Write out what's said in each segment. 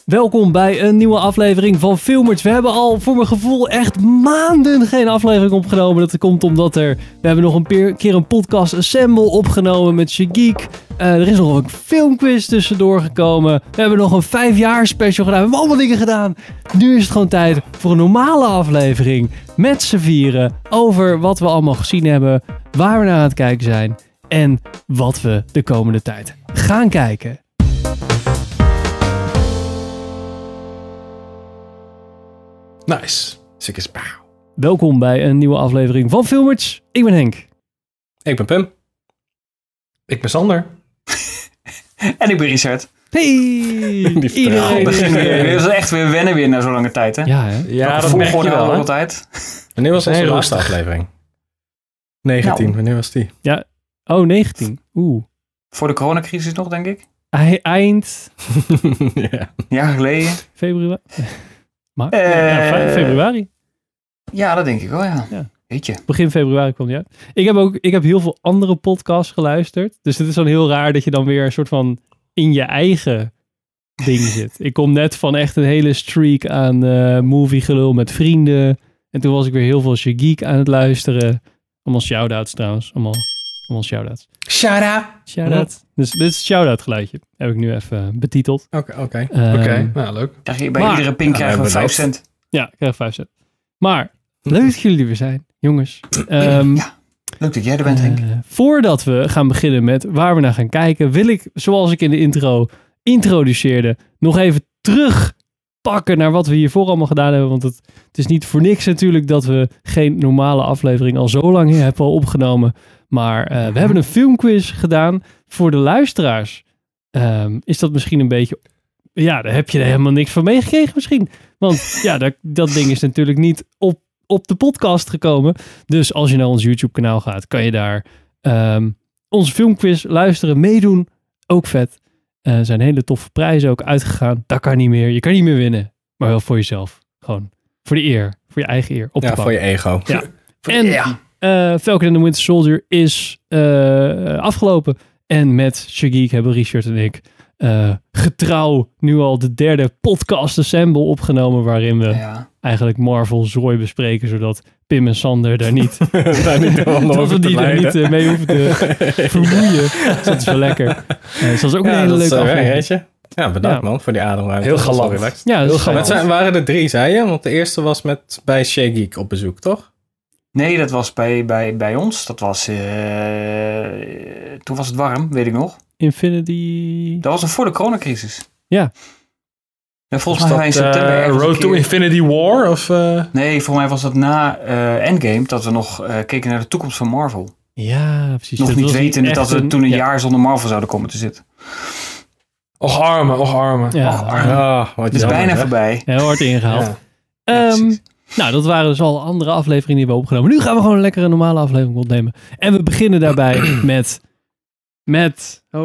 Welkom bij een nieuwe aflevering van Filmers. We hebben al voor mijn gevoel echt maanden geen aflevering opgenomen. Dat komt omdat we hebben nog een keer een podcast assemble opgenomen met Shageek. Er is nog een filmquiz tussendoor gekomen. We hebben nog een 5 jaar special gedaan. We hebben allemaal dingen gedaan. Nu is het gewoon tijd voor een normale aflevering met z'n vieren over wat we allemaal gezien hebben, waar we naar aan het kijken zijn en wat we de komende tijd gaan kijken. Nice. Sikke pauw. Welkom bij een nieuwe aflevering van Filmers. Ik ben Henk. Ik ben Pim. Ik ben Sander. En ik ben Richard. Hey! Iedereen is Het is echt weer wennen weer na zo'n lange tijd, hè? Ja, hè? Ja, dat merk je wel, hè? Altijd. Wanneer was onze Nee, laatste rustig. aflevering? 19. Nou. Wanneer was die? Oh, 19. Oeh. Voor de coronacrisis nog, denk ik. Eind Ja. Een jaar geleden. februari. Maar, Eh. februari. Ja, dat denk ik wel, ja. Ja. Weet je. Begin februari kwam die uit. Ik heb heel veel andere podcasts geluisterd. Dus het is dan heel raar dat je dan weer een soort van in je eigen ding zit. Ik kom net van echt een hele streak aan movie gelul met vrienden. En toen was ik weer heel veel Shageek aan het luisteren. Allemaal shout-outs trouwens. Allemaal shout-outs. Shout-out. Shout-out. Dus dit is het shout-out geluidje. Heb ik nu even betiteld. Oké. Oké, nou leuk. Krijg je bij Maar- iedere pink krijgen we hebben 5 we dat. cent. Ja, ik krijg 5 cent. Maar, leuk dat jullie er weer zijn, jongens. Ja. Leuk dat jij er bent, Henk. Voordat we gaan beginnen met waar we naar gaan kijken, wil ik, zoals ik in de intro introduceerde, nog even terugpakken naar wat we hiervoor allemaal gedaan hebben. Want het is niet voor niks natuurlijk dat we geen normale aflevering al zo lang hebben opgenomen. Maar we hebben een filmquiz gedaan voor de luisteraars. Is dat misschien een beetje... Ja, daar heb je er helemaal niks van meegekregen misschien. Want ja, dat ding is natuurlijk niet op de podcast gekomen. Dus als je naar ons YouTube kanaal gaat, kan je daar onze filmquiz luisteren, meedoen. Ook vet. Er zijn hele toffe prijzen ook uitgegaan. Dat kan niet meer. Je kan niet meer winnen. Maar wel voor jezelf. Gewoon voor de eer. Voor je eigen eer. Op te Ja, pakken. voor je ego. Ja. En Falcon and the Winter Soldier is afgelopen. En met Shageek hebben Richard en ik getrouw nu al de 3e podcast assemble opgenomen, waarin we Ja. eigenlijk Marvel zooi bespreken, zodat Pim en Sander daar niet, Daar niet helemaal dat we die daar niet mee hoeven te vermoeien. Dus dat is wel lekker. Dus dat is ook een hele leuke aflevering. Ja, bedankt Ja. man voor die ademruimte. Heel Dat was wel galant. relaxed. Ja, dat is Heel gaaf. gaaf. Het waren er 3, zei je? Want de eerste was bij Shageek op bezoek, toch? Nee, dat was bij ons. Dat was... toen was het warm, weet ik nog. Infinity... Dat was nog voor de coronacrisis. Ja. En volgens mij in september ergens een Road to keer- Infinity War? Of, Nee, voor mij was dat na Endgame dat we nog keken naar de toekomst van Marvel. Ja, precies. Nog Dat niet was weten echt dat we toen een ja. jaar zonder Marvel zouden komen te zitten. Och arme. Ja. Och, arme. Ah, wat Het is jammer, bijna hè? voorbij. Heel hard ingehaald. Ja. Ja, precies. Nou, dat waren dus al andere afleveringen die we opgenomen. Nu gaan we gewoon een lekkere normale aflevering opnemen. En we beginnen daarbij met...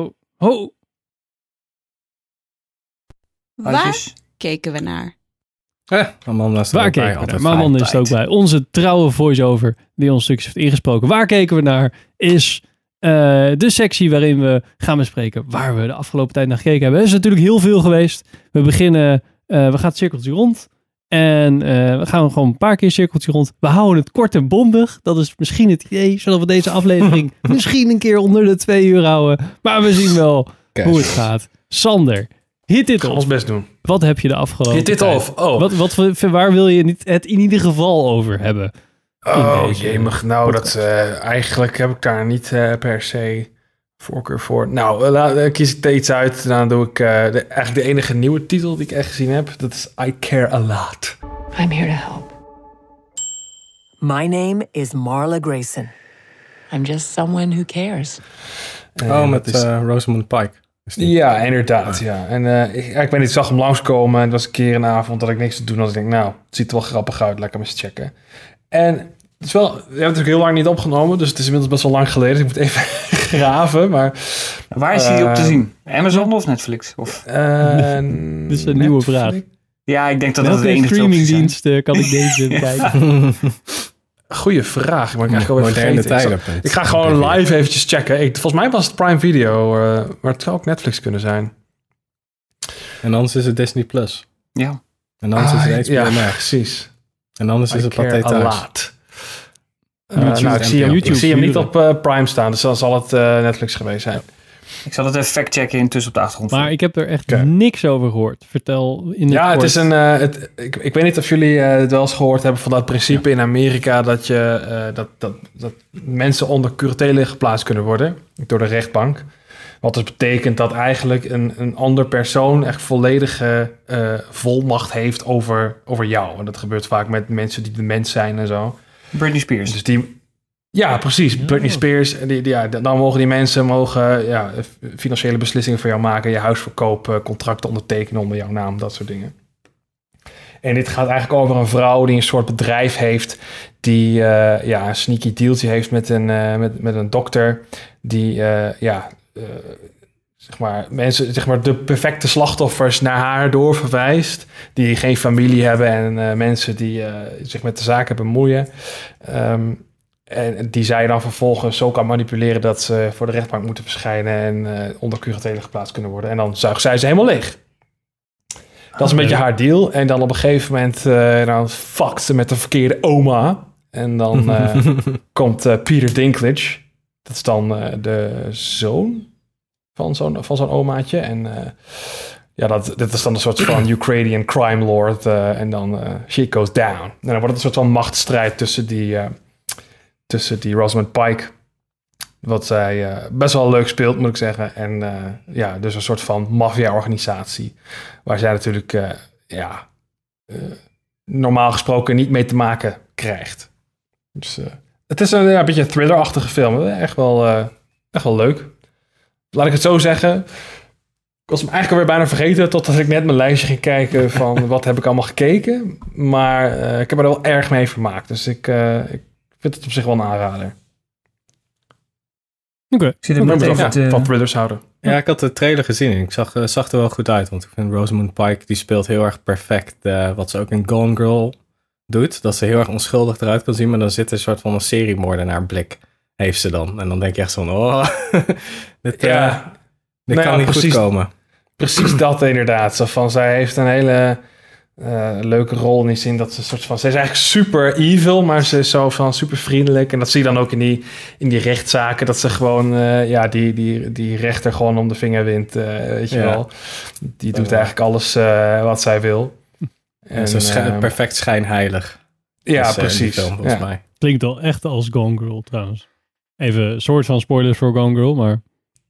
Waar Uitjes. keken we naar? Amanda is er Waar ook bij, keken we altijd naar? Maman fijn. is er ook bij. Onze trouwe voice-over die ons stukjes heeft ingesproken. Waar keken we naar is de sectie waarin we gaan bespreken waar we de afgelopen tijd naar gekeken hebben. Er is natuurlijk heel veel geweest. We beginnen, we gaan het cirkeltje rond. En we gaan gewoon een paar keer cirkeltje rond. We houden het kort en bondig. Dat is misschien het idee, zodat we deze aflevering misschien een keer onder de 2 uur houden. Maar we zien wel hoe het gaat. Sander, hit dit Ik ga op. ons best doen. Wat heb je de afgelopen Hit dit tijd? off. Oh, Waar wil je het in ieder geval over hebben? oh deze jemig. Nou, podcast. eigenlijk heb ik daar niet per se voorkeur voor. Nou, kies ik er iets uit. Dan doe ik eigenlijk de enige nieuwe titel die ik echt gezien heb. Dat is I Care A Lot. I'm here to help. My name is Marla Grayson. I'm just someone who cares. Met dat is- Rosamund Pike. Is die? Ja, inderdaad. Ja. En ik weet niet, ik zag hem langskomen en het was een keer een avond dat ik niks te doen had. Ik denk, nou, het ziet er wel grappig uit, laat ik hem eens checken. En het is wel, we hebben het natuurlijk heel lang niet opgenomen, dus het is inmiddels best wel lang geleden. Dus ik moet even graven, maar... Waar is die op te zien? Amazon of Netflix? Of... Dit is een nieuwe vraag. Ja, ik denk dat dat de Welke enige twee opties zijn. streamingdienst kan ik deze kijken? Goeie vraag, maar ik eigenlijk al even Moderne vergeten. tijden. Ik ga gewoon live eventjes checken. Volgens mij was het Prime Video, maar het zou ook Netflix kunnen zijn. En anders is het Disney Plus. Ja. En anders is het HBO ja, Max. precies. En anders is het Pathé thuis. Ik zie hem YouTube niet op Prime staan, dus dan zal het Netflix geweest zijn. Ik zal het even factchecken intussen op de achtergrond. Maar ik heb er echt Oké. niks over gehoord. Vertel in het Ja, kort. het is ik weet niet of jullie het wel eens gehoord hebben van dat principe in Amerika dat je dat mensen onder curatele geplaatst kunnen worden door de rechtbank. Wat dus betekent dat eigenlijk een ander persoon echt volledige volmacht heeft over jou. En dat gebeurt vaak met mensen die dement zijn en zo. Britney Spears. Dus ja, precies. Britney Spears. Dan mogen die mensen financiële beslissingen voor jou maken. Je huis verkopen, contracten ondertekenen onder jouw naam. Dat soort dingen. En dit gaat eigenlijk over een vrouw die een soort bedrijf heeft. Die een sneaky dealtje heeft met een dokter. Die de perfecte slachtoffers naar haar doorverwijst. Die geen familie hebben en mensen die zich met de zaken bemoeien. En die zij dan vervolgens zo kan manipuleren dat ze voor de rechtbank moeten verschijnen en onder curatele geplaatst kunnen worden. En dan zuigt zij ze helemaal leeg. Dat is een beetje haar deal. En dan op een gegeven moment dan fuckt ze met de verkeerde oma. En dan komt Peter Dinklage. Dat is dan de zoon van zo'n omaatje. En dit is dan een soort van Ukrainian crime lord. En dan shit goes down. En dan wordt het een soort van machtsstrijd tussen die Rosamund Pike. Wat zij best wel leuk speelt, moet ik zeggen. En dus een soort van maffia-organisatie. Waar zij natuurlijk normaal gesproken niet mee te maken krijgt. Dus het is een beetje een thriller-achtige film. Echt wel leuk. Laat ik het zo zeggen. Ik was hem eigenlijk alweer bijna vergeten totdat ik net mijn lijstje ging kijken van wat heb ik allemaal gekeken. Maar ik heb me er wel erg mee vermaakt. Dus ik vind het op zich wel een aanrader. Oké. Ik zit er net even Van thrillers houden. Ja, ik had de trailer gezien en ik zag er wel goed uit. Want ik vind Rosamund Pike, die speelt heel erg perfect wat ze ook in Gone Girl doet. Dat ze heel erg onschuldig eruit kan zien, maar dan zit er een soort van een seriemoordenaar blik. Heeft ze dan. En dan denk je echt zo van, dit kan niet goed komen. Precies dat inderdaad. Zo van, zij heeft een hele leuke rol in die zin dat ze een soort van... Ze is eigenlijk super evil, maar ze is zo van super vriendelijk. En dat zie je dan ook in die rechtszaken. Dat ze gewoon die rechter gewoon om de vinger wint. Weet je wel. Die doet eigenlijk alles wat zij wil. En ze perfect schijnheilig. Ja, Dus, precies. Film, volgens mij. Klinkt wel echt als Gone Girl trouwens. Even een soort van spoilers voor Gone Girl, maar...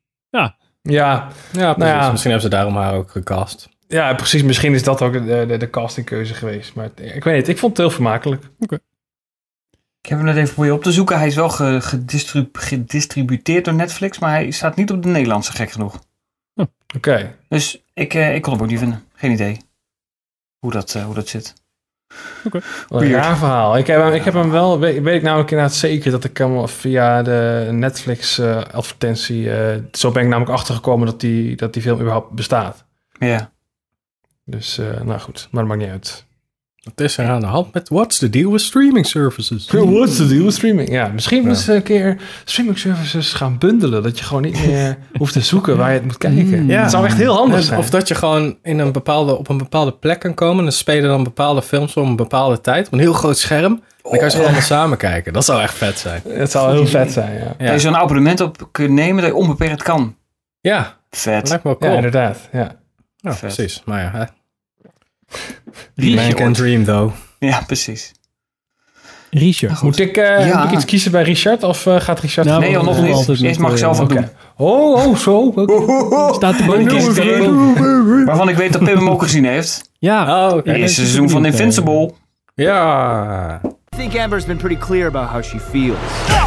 Ja, precies. Misschien hebben ze daarom haar ook gecast. Ja, precies. Misschien is dat ook de castingkeuze geweest. Maar ik weet niet. Ik vond het heel vermakelijk. Oké. Ik heb hem net even proberen op te zoeken. Hij is wel gedistributeerd door Netflix, maar hij staat niet op de Nederlandse, gek genoeg. Oké. Dus ik kon hem ook niet vinden. Geen idee hoe dat zit. Wat een raar verhaal. Ik heb hem wel... Weet ik namelijk inderdaad zeker dat ik hem via de Netflix advertentie... zo ben ik namelijk achtergekomen dat die film überhaupt bestaat. Ja. Dus, nou goed. Maar dat maakt niet uit. Wat is er aan de hand met What's the Deal with Streaming Services? What's the deal with streaming? Ja, misschien moeten ze een keer streaming services gaan bundelen. Dat je gewoon niet meer hoeft te zoeken waar je het moet kijken. Ja. Het zou echt heel handig zijn. Of dat je gewoon op een bepaalde plek kan komen. En dan spelen dan bepaalde films op een bepaalde tijd. Op een heel groot scherm. Dan kan je ze gewoon allemaal samen kijken. Dat zou echt vet zijn. Het zou heel vet zijn, ja. Dat je zo'n abonnement op kunt nemen dat je onbeperkt kan. Ja, Vet. dat lijkt me wel cool. Ja, inderdaad. Ja. Ja, Vet. precies. Maar ja, hè. Richard. Man can dream, though. Ja, precies. Richard. Moet ik iets kiezen bij Richard? Of gaat Richard... Nou, Nee, joh, nog niet. altijd Eerst mag ik zelf wat doen. Zo. Staat de bonnetjes. Waarvan ik weet dat Pim hem ook gezien heeft. Ja. Het eerste seizoen van Invincible. Ja. I think Amber's been pretty clear about how she feels.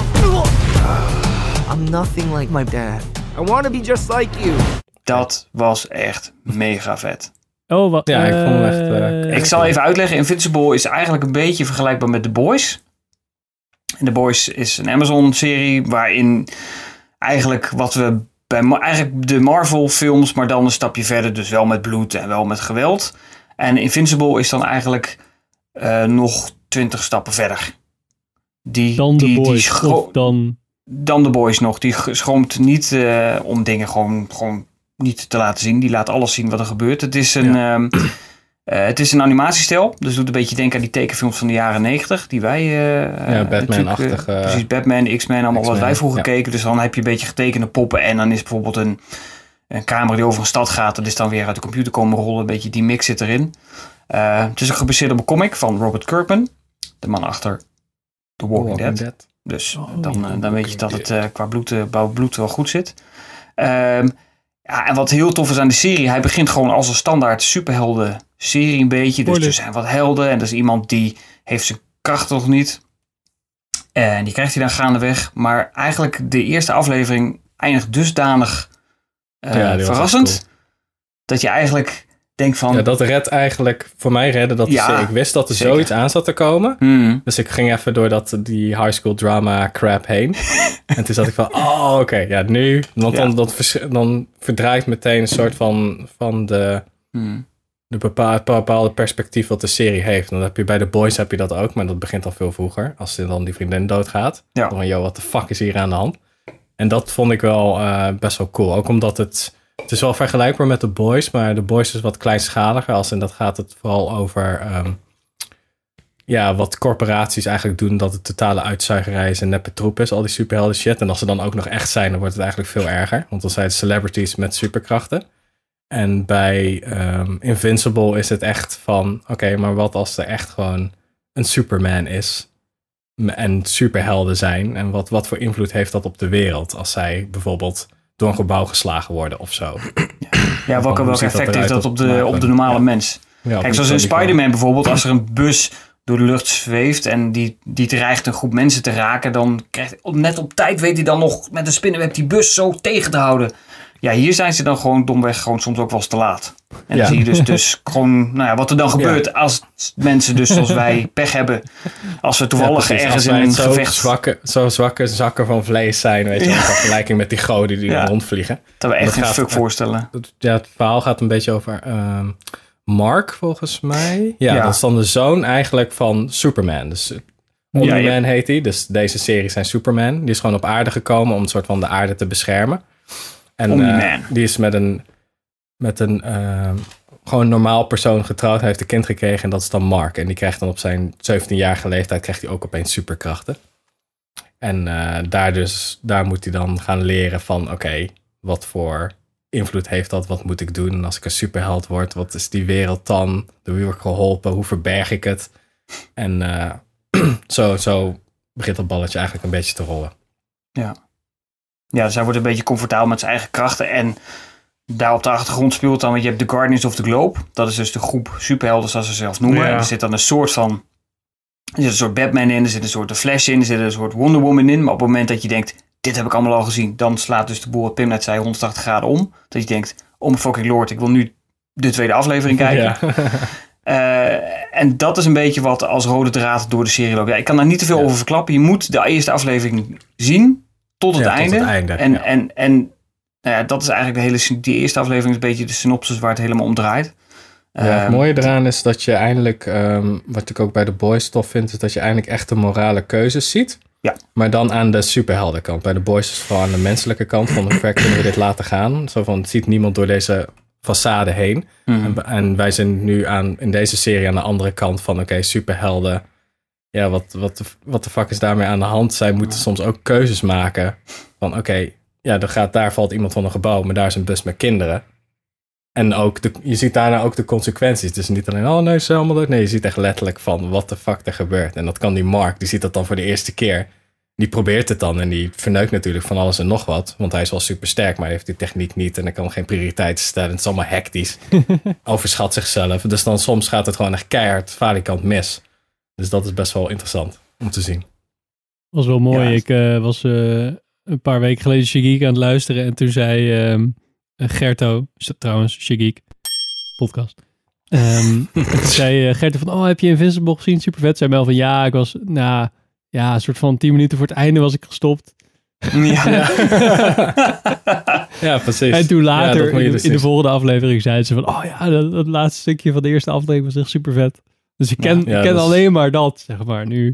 I'm nothing like my dad. I want to be just like you. Dat was echt mega vet. Oh, wat? Ja, ik vond hem echt... Ik zal even uitleggen. Invincible is eigenlijk een beetje vergelijkbaar met The Boys. En The Boys is een Amazon-serie waarin eigenlijk wat we bij eigenlijk de Marvel-films, maar dan een stapje verder, dus wel met bloed en wel met geweld. En Invincible is dan eigenlijk nog 20 stappen verder. Dan The Boys. Dan The Boys nog. Die schroomt niet om dingen gewoon niet te laten zien. Die laat alles zien wat er gebeurt. Het is een animatiestijl. Dus doet een beetje denken aan die tekenfilms van de jaren 90. Die wij... Batman-achtig. Precies, Batman, X-Men, allemaal wat wij vroeger ja. keken. Dus dan heb je een beetje getekende poppen. En dan is bijvoorbeeld een camera die over een stad gaat. Dat is dan weer uit de computer komen rollen. Een beetje die mix zit erin. Het is ook gebaseerd op een comic van Robert Kirkman. De man achter The Walking Dead. Dus dan weet je dat het qua bloed wel goed zit. En wat heel tof is aan de serie. Hij begint gewoon als een standaard superhelden serie een beetje. Dus er zijn wat helden. En er is iemand die heeft zijn krachten nog niet. En die krijgt hij dan gaandeweg. Maar eigenlijk de eerste aflevering eindigt dusdanig verrassend. Cool. Dat je eigenlijk denkt van... Ja, dat redt eigenlijk... Voor mij redde dat de serie. Ik wist dat er zoiets aan zat te komen. Dus ik ging even door die high school drama crap heen. En toen zat ik van... oké, ja, nu... Want dan verdraait meteen een soort van de bepaalde perspectief wat de serie heeft. Dan heb je bij The Boys heb je dat ook, maar dat begint al veel vroeger. Als dan die vriendin doodgaat. Ja. Dan van, what the fuck is hier aan de hand? En dat vond ik wel best wel cool. Ook omdat het is wel vergelijkbaar met The Boys, maar The Boys is wat kleinschaliger. En dat gaat het vooral over wat corporaties eigenlijk doen, dat het totale uitzuigerij is en neppe troep is, al die superhelden shit. En als ze dan ook nog echt zijn, dan wordt het eigenlijk veel erger. Want dan zijn het celebrities met superkrachten. En bij Invincible is het echt van, oké, maar wat als er echt gewoon een Superman is en superhelden zijn? En wat voor invloed heeft dat op de wereld als zij bijvoorbeeld door een gebouw geslagen worden of zo? Ja, welk effect heeft dat op de normale mens? Ja, kijk, zoals in Spider-Man bijvoorbeeld, als er een bus door de lucht zweeft en die dreigt een groep mensen te raken, dan krijgt net op tijd, weet hij dan nog met een spinnenweb die bus zo tegen te houden. Ja, hier zijn ze dan gewoon domweg soms ook wel eens te laat. En dan zie je dus gewoon, wat er dan gebeurt als mensen dus zoals wij pech hebben. Als we toevallig ergens in een gevecht... Zo zwakke zakken van vlees zijn, weet je, in vergelijking met die goden die er rondvliegen. Dat we echt geen fuck voorstellen. Het verhaal gaat een beetje over Mark, volgens mij. Ja, dat is dan de zoon eigenlijk van Superman. Dus Omni-Man heet hij. Dus deze series zijn Superman. Die is gewoon op aarde gekomen om een soort van de aarde te beschermen. En die is met een gewoon normaal persoon getrouwd. Hij heeft een kind gekregen en dat is dan Mark. En die krijgt dan op zijn 17-jarige leeftijd krijgt hij ook opeens superkrachten. En daar moet hij dan gaan leren van oké, wat voor invloed heeft dat? Wat moet ik doen? En als ik een superheld word, wat is die wereld dan? Door wie word ik geholpen? Hoe verberg ik het? En zo begint dat balletje eigenlijk een beetje te rollen. Ja, dus hij wordt een beetje comfortabel met zijn eigen krachten. En daar op de achtergrond speelt dan, want je hebt de Guardians of the Globe. Dat is dus de groep superhelden, zoals ze zelf noemen. En er zit dan een soort Batman in, er zit een soort de Flash in, er zit een soort Wonder Woman in. Maar op het moment dat je denkt, dit heb ik allemaal al gezien, dan slaat dus de boel, wat Pim net zei, 180 graden om. Dat je denkt, oh my fucking lord, ik wil nu de tweede aflevering kijken. En dat is een beetje wat als rode draad door de serie loopt. Ja, ik kan daar niet te veel over verklappen. Je moet de eerste aflevering zien tot het einde. En dat is eigenlijk die eerste aflevering is een beetje de synopsis waar het helemaal om draait. Het mooie eraan is dat je eindelijk, wat ik ook bij The Boys tof vind, is dat je eindelijk echte morale keuzes ziet. Ja. Maar dan aan de superheldenkant. Bij The Boys is het vooral aan de menselijke kant van hoe ver kunnen we dit laten gaan. Zo van, ziet niemand door deze façade heen. Mm-hmm. En wij zijn nu in deze serie aan de andere kant van oké, superhelden. Ja, wat de fuck is daarmee aan de hand? Zij moeten soms ook keuzes maken van oké, daar valt iemand van een gebouw, maar daar is een bus met kinderen. En ook je ziet daarna ook de consequenties. Dus niet alleen, nee, ze allemaal dood. Nee, je ziet echt letterlijk van wat de fuck er gebeurt. En dat kan die Mark, die ziet dat dan voor de eerste keer. Die probeert het dan en die verneukt natuurlijk van alles en nog wat. Want hij is wel super sterk, maar hij heeft die techniek niet. En hij kan geen prioriteiten stellen. Het is allemaal hectisch. Overschat zichzelf. Dus dan soms gaat het gewoon echt keihard falikant mis. Dus dat is best wel interessant om te zien. Was wel mooi. Ja. Ik was een paar weken geleden Shageek aan het luisteren. En toen zei Gerto, trouwens Shageek, podcast. Toen zei Gerto van, heb je Invincible gezien? Super vet. Zei Mel van, ja, ik was, een soort van 10 minuten voor het einde was ik gestopt. Ja, precies. En toen later, in de volgende aflevering, zei ze van, dat laatste stukje van de eerste aflevering was echt super vet. Dus ik ken alleen maar dat, zeg maar, nu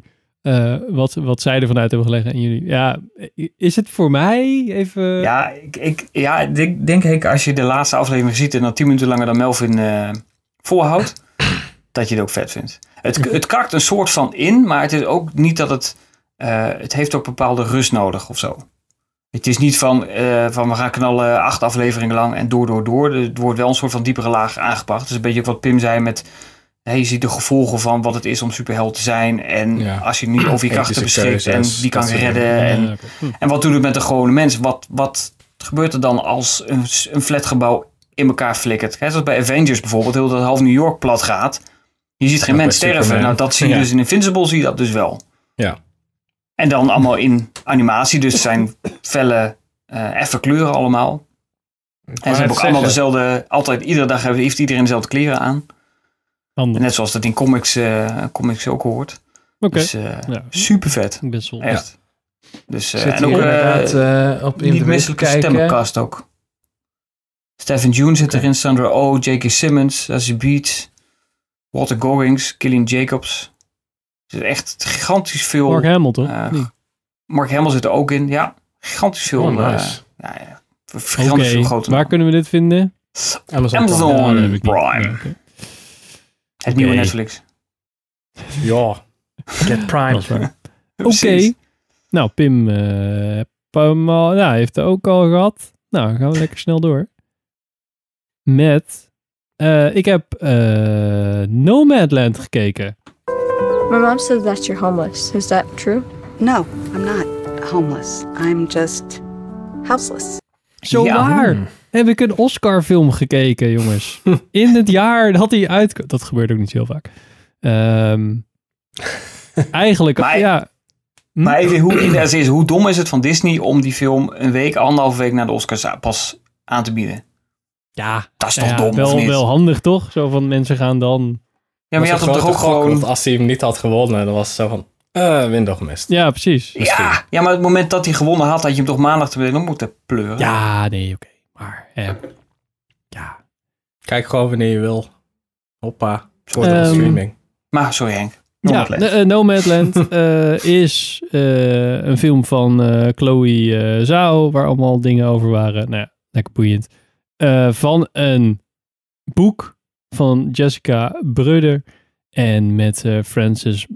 wat zij ervan uit hebben gelegd en jullie. Ja, is het voor mij even... Ja, ik denk Henk, als je de laatste aflevering ziet en dan 10 minuten langer dan Melvin volhoudt, dat je het ook vet vindt. Het kakt een soort van in, maar het is ook niet dat het heeft ook bepaalde rust nodig of zo. Het is niet van we gaan knallen 8 afleveringen lang en door. Er wordt wel een soort van diepere laag aangebracht. Het is een beetje ook wat Pim zei met... je ziet de gevolgen van wat het is om superheld te zijn. En als je niet over je krachten beschikt en die kan redden. En wat doet het met de gewone mens? Wat gebeurt er dan als een flatgebouw in elkaar flikkert? Zoals bij Avengers bijvoorbeeld, heel dat half New York plat gaat. Je ziet geen mens sterven. Superman. Nou, dat zie je dus in Invincible, zie je dat dus wel. Ja. En dan allemaal in animatie. Dus het zijn felle, effe kleuren allemaal. En ze hebben ook allemaal dezelfde... Altijd, iedere dag heeft iedereen dezelfde kleren aan. Net zoals dat in comics ook hoort. Oké. Dus super vet. Best wel. Echt. Dus, en ook op niet misselijke stemmenkast ook. Stephen June zit erin, Sandra Oh, J.K. Simmons, Zazie Beetz, Walter Goggins, Killian Jacobs. Het is echt gigantisch veel. Mark Hamill, toch? Mark Hamill zit er ook in, ja. Gigantisch veel. Nice. Gigantisch veel grote. Waar kunnen we dit vinden? Amazon Prime. Okay. Het nieuwe Netflix. Ja. Get Prime. Oké. Nou, Pim heeft het ook al gehad. Nou, gaan we lekker snel door. Met... ik heb Nomadland gekeken. My mom said that you're homeless. Is that true? No, I'm not homeless. I'm just houseless. Zo waar. Heb ik een Oscar-film gekeken, jongens. In het jaar dat hij uitkwam. Dat gebeurt ook niet zo heel vaak. Eigenlijk, ja. Maar even, hoe dom is het van Disney om die film een week, 1,5 week na de Oscars pas aan te bieden? Ja. Dat is toch dom, of niet? Wel handig, toch? Zo van, mensen gaan dan... Ja, maar je had hem toch ook gewoon... Want als hij hem niet had gewonnen, dan was het zo van... window gemist. Ja, precies. Ja, maar het moment dat hij gewonnen had je hem toch maandag te nog moeten pleuren. Ja, nee, oké. Maar, ja. Kijk gewoon wanneer je wil. Hoppa. Streaming. Maar, sorry Henk. Nomadland is een film van Chloe Zhao, waar allemaal dingen over waren. Nou ja, lekker boeiend. Van een boek van Jessica Bruder en met Frances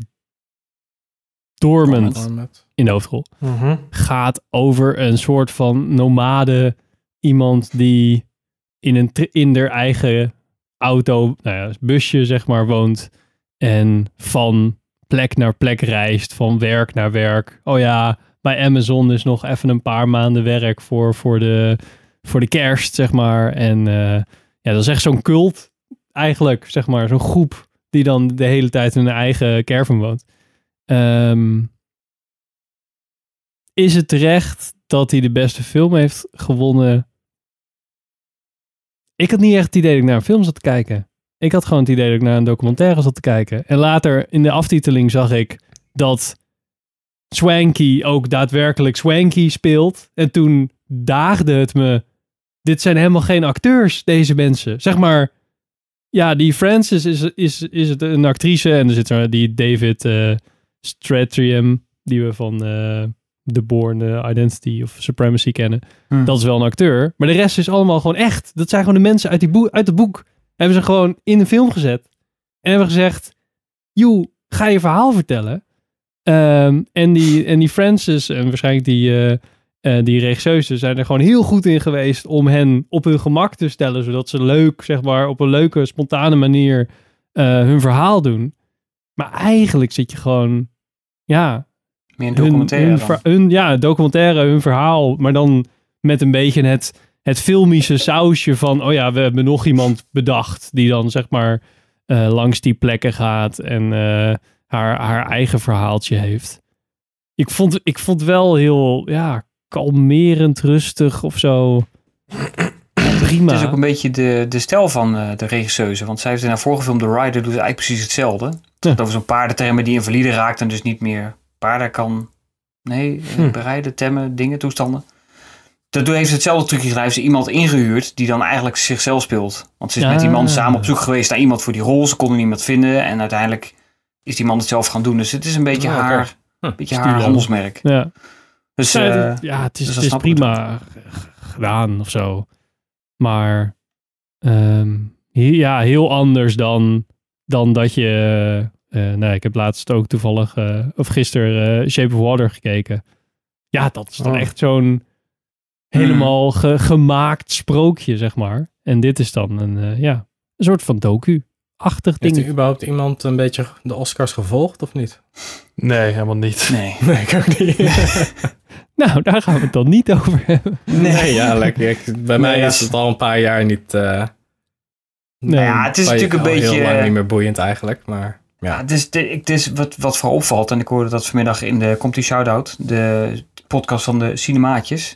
McDormand in de hoofdrol. Gaat over een soort van nomade, iemand die in haar eigen auto, busje zeg maar, woont en van plek naar plek reist, van werk naar werk. Oh ja, bij Amazon is nog even een paar maanden werk voor de kerst, zeg maar. En dat is echt zo'n cult eigenlijk, zeg maar. Zo'n groep die dan de hele tijd in hun eigen caravan woont. Is het terecht dat hij de beste film heeft gewonnen? Ik had niet echt het idee dat ik naar een film zat te kijken. Ik had gewoon het idee dat ik naar een documentaire zat te kijken. En later in de aftiteling zag ik dat Swanky ook daadwerkelijk Swanky speelt. En toen daagde het me... Dit zijn helemaal geen acteurs, deze mensen. Zeg maar... Ja, die Frances is het een actrice. En er zit er die David Strathairn, die we van The Bourne Identity of Supremacy kennen. Dat is wel een acteur. Maar de rest is allemaal gewoon echt. Dat zijn gewoon de mensen uit het boek. Hebben ze gewoon in de film gezet. En hebben gezegd... Joe, ga je verhaal vertellen. En die Frances en waarschijnlijk die regisseuse zijn er gewoon heel goed in geweest om hen op hun gemak te stellen. Zodat ze leuk, zeg maar, op een leuke, spontane manier hun verhaal doen. Maar eigenlijk zit je gewoon... Ja... Meer een documentaire documentaire, hun verhaal. Maar dan met een beetje het filmische sausje van... Oh ja, we hebben nog iemand bedacht die dan, zeg maar, langs die plekken gaat en haar eigen verhaaltje heeft. Ik vond wel heel, kalmerend, rustig of zo. Prima. Het is ook een beetje de stijl van de regisseuse. Want zij heeft in haar vorige film The Rider doet eigenlijk precies hetzelfde. Het gaat over zo'n paardentermen die invalide raakt en dus niet meer paarden kan bereiden, temmen, dingen, toestanden. Daardoor heeft ze hetzelfde trucje gedaan. Heeft ze iemand ingehuurd die dan eigenlijk zichzelf speelt. Want ze is met die man samen op zoek geweest naar iemand voor die rol. Ze konden niemand vinden en uiteindelijk is die man het zelf gaan doen. Dus het is een beetje haar Stilo. handelsmerk. Ja. Dus het dus is dat snap ik prima gedaan of zo. Maar heel anders dan dat je... ik heb laatst ook toevallig, of gisteren, Shape of Water gekeken. Ja, dat is dan echt zo'n helemaal gemaakt sprookje, zeg maar. En dit is dan een soort van docu-achtig ding. Heeft er überhaupt iemand een beetje de Oscars gevolgd of niet? Nee, helemaal niet. Nee. Nee, ik ook niet. Nou, daar gaan we het dan niet over hebben. Nee, ja, lekker. Bij mij is het al een paar jaar niet... Nou ja, het is natuurlijk een beetje... heel lang niet meer boeiend eigenlijk, maar... Ja, het is wat vooral opvalt. En ik hoorde dat vanmiddag in de Komt die Shoutout. De podcast van de Cinemaatjes.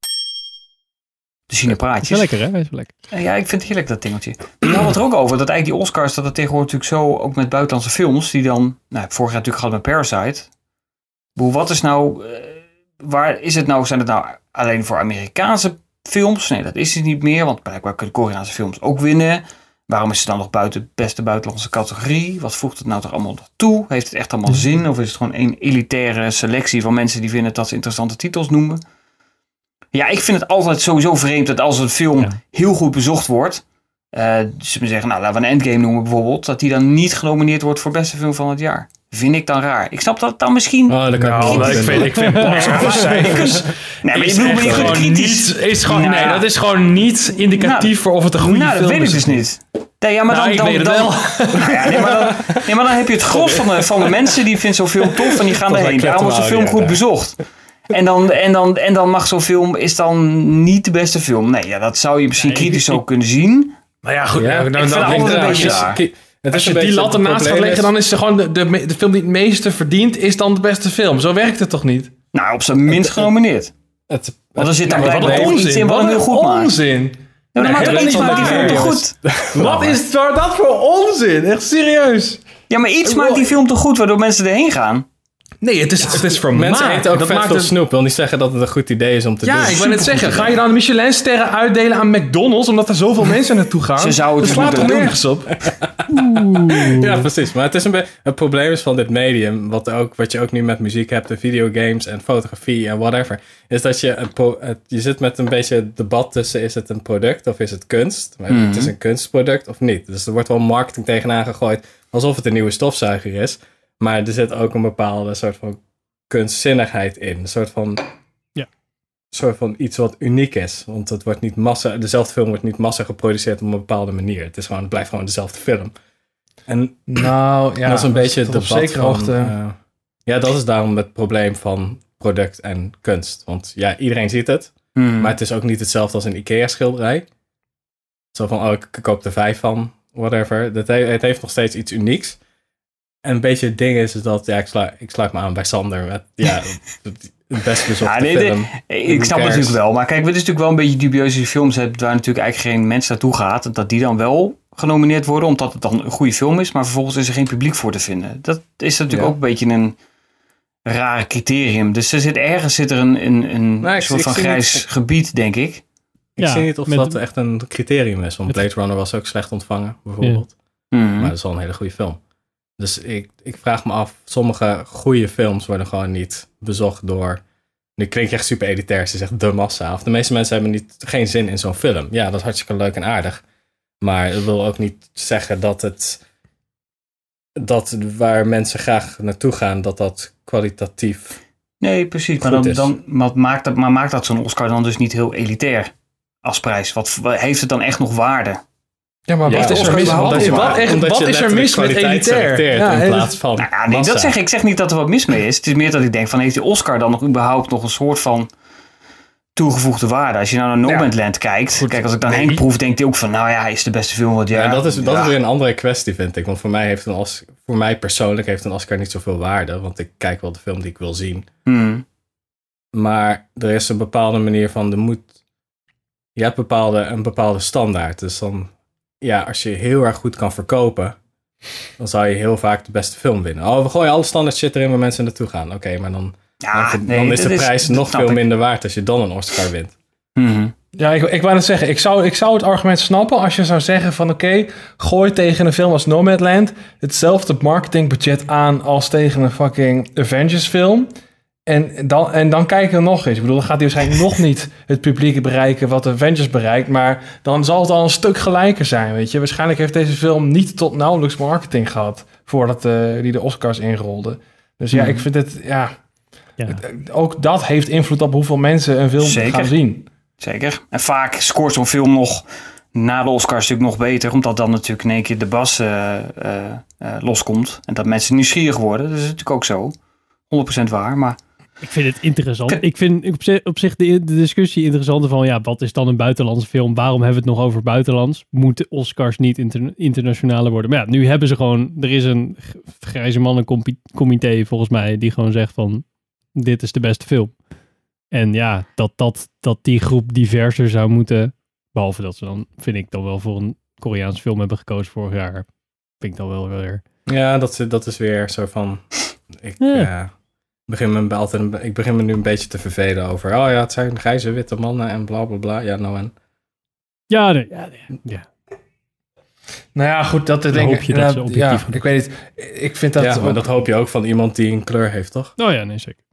De Cinepraatjes. Is wel lekker, hè? Is wel lekker. Ja, ik vind het heerlijk, dat dingeltje. Die hadden het er ook over. Dat eigenlijk die Oscars, dat het tegenwoordig natuurlijk zo... Ook met buitenlandse films, die dan... Nou, vorig jaar natuurlijk gehad met Parasite. Wat is nou... waar is het nou? Zijn het nou alleen voor Amerikaanse films? Nee, dat is het niet meer. Want blijkbaar kunnen Koreaanse films ook winnen. Waarom is het dan nog beste buitenlandse categorie? Wat voegt het nou toch allemaal nog toe? Heeft het echt allemaal zin? Of is het gewoon een elitaire selectie van mensen die vinden dat ze interessante titels noemen? Ja, ik vind het altijd sowieso vreemd dat als een film heel goed bezocht wordt... dus we zeggen, laten we een Endgame noemen bijvoorbeeld... dat die dan niet genomineerd wordt voor beste film van het jaar. Vind ik dan raar. Ik snap dat dan misschien... dat kan ik vind Box Office cijfers... Nee, maar je bedoelt me gewoon kritisch. Nee, dat is gewoon niet indicatief voor of het een goede film is. Dat weet ik dus niet. Nee, ja, maar dan, ik weet het wel. Maar dan heb je het gros van de mensen die vindt zo'n film tof en die gaan erheen. Daarom wordt zo'n film goed bezocht. En dan mag zo'n film is dan niet de beste film. Nee, ja, dat zou je misschien kritisch ook kunnen zien. Maar ja, goed. Ik vind het altijd een beetje raar. Als je die lat ernaast gaat leggen, dan is het gewoon de film die het meeste verdient, is dan de beste film. Zo werkt het toch niet? Nou, op zijn minst genomineerd. Want er zit dan blijkbaar iets in wat hem heel goed maakt. Onzin. Ja, maar toch iets maakt die film toch goed? Wat is dat voor onzin? Echt serieus. Ja, maar iets maakt die film toch goed, waardoor mensen erheen gaan? Nee, het is voor mensen eten ook vet veel snoep. Wil niet zeggen dat het een goed idee is om te doen. Ja, ik wil net zeggen. Ga je dan Michelin-sterren uitdelen aan McDonald's... omdat er zoveel mensen naartoe gaan? Ze zouden het slaat er nergens op. Ja, precies. Maar het is het probleem is van dit medium... wat je ook nu met muziek hebt... en videogames en fotografie en whatever... is dat je zit met een beetje debat tussen... is het een product of is het kunst? Het is een kunstproduct of niet. Dus er wordt wel marketing tegenaan gegooid... alsof het een nieuwe stofzuiger is... Maar er zit ook een bepaalde soort van kunstzinnigheid in. Een soort van iets wat uniek is. Want het wordt niet dezelfde film wordt niet massa geproduceerd op een bepaalde manier. Het blijft gewoon dezelfde film. En dat is een beetje het debat van... dat is daarom het probleem van product en kunst. Want ja, iedereen ziet het. Maar het is ook niet hetzelfde als een Ikea schilderij. Zo van, ik koop er 5 van. Whatever. Het heeft nog steeds iets unieks. En een beetje het ding is dat... Ja, ik sluit me aan bij Sander. Met, het best bezochte film. Ik snap het natuurlijk wel. Maar kijk, het is natuurlijk wel een beetje dubieus als je films hebt... waar natuurlijk eigenlijk geen mens naartoe gaat... dat die dan wel genomineerd worden... omdat het dan een goede film is... maar vervolgens is er geen publiek voor te vinden. Dat is natuurlijk ook een beetje een rare criterium. Dus ergens zit er een soort van grijs gebied, denk ik. Ik zie niet of dat echt een criterium is. Want Blade Runner was ook slecht ontvangen, bijvoorbeeld. Maar dat is wel een hele goede film. Dus ik vraag me af, sommige goede films worden gewoon niet bezocht door... Nu klinkt je echt super elitair, ze zegt de massa. Of de meeste mensen hebben geen zin in zo'n film. Ja, dat is hartstikke leuk en aardig. Maar dat wil ook niet zeggen dat waar mensen graag naartoe gaan, dat kwalitatief... Nee, precies. Maar maakt dat zo'n Oscar dan dus niet heel elitair als prijs? Wat heeft het dan echt nog waarde? Ja, maar wat is er mis met elitair? In plaats van nee, dat zeg ik. Ik zeg niet dat er wat mis mee is. Het is meer dat ik denk van, heeft die Oscar dan nog überhaupt nog een soort van toegevoegde waarde? Als je nou naar Nomadland kijkt, kijk, als ik dan Henk proef, denkt hij ook van, nou ja, hij is de beste film van het jaar. Ja, dat is weer een andere kwestie, vind ik. Want voor mij persoonlijk heeft een Oscar niet zoveel waarde, want ik kijk wel de film die ik wil zien. Maar er is een bepaalde manier van, je hebt een bepaalde standaard. Dus dan... Ja, als je heel erg goed kan verkopen, dan zou je heel vaak de beste film winnen. We gooien alle standaard shit erin waar mensen naartoe gaan. Oké, maar dan is de prijs nog veel minder waard als je dan een Oscar wint. Ja, ik wou net zeggen, ik zou het argument snappen als je zou zeggen van oké, gooi tegen een film als Nomadland hetzelfde marketingbudget aan als tegen een fucking Avengers film. En dan kijken we nog eens. Ik bedoel, dan gaat hij waarschijnlijk nog niet het publiek bereiken wat Avengers bereikt, maar dan zal het al een stuk gelijker zijn, weet je. Waarschijnlijk heeft deze film niet tot nauwelijks marketing gehad voordat die de Oscars inrolde. Dus ja, ik vind het, ook dat heeft invloed op hoeveel mensen een film gaan zien. Zeker. En vaak scoort zo'n film nog na de Oscars natuurlijk nog beter, omdat dan natuurlijk in één keer de bas loskomt en dat mensen nieuwsgierig worden. Dat is natuurlijk ook zo. 100% waar, maar... Ik vind het interessant. Ik vind op zich de discussie interessant van, wat is dan een buitenlandse film? Waarom hebben we het nog over buitenlands? Moeten Oscars niet internationaler worden? Maar ja, nu hebben ze gewoon... Er is een grijze mannencomité volgens mij die gewoon zegt van, dit is de beste film. En ja, dat die groep diverser zou moeten... Behalve dat ze dan, vind ik, dan wel voor een Koreaanse film hebben gekozen vorig jaar. Vind ik dan wel weer... Ja, dat is weer zo van... Ik begin me nu een beetje te vervelen over... het zijn grijze witte mannen en bla bla bla. Ja, nou en... Ja. Nou ja, goed, dat denk ik. Dat ze objectief ik weet niet. Ik vind dat... Ja, maar dat hoop je ook van iemand die een kleur heeft, toch? Oh ja, nee, zeker.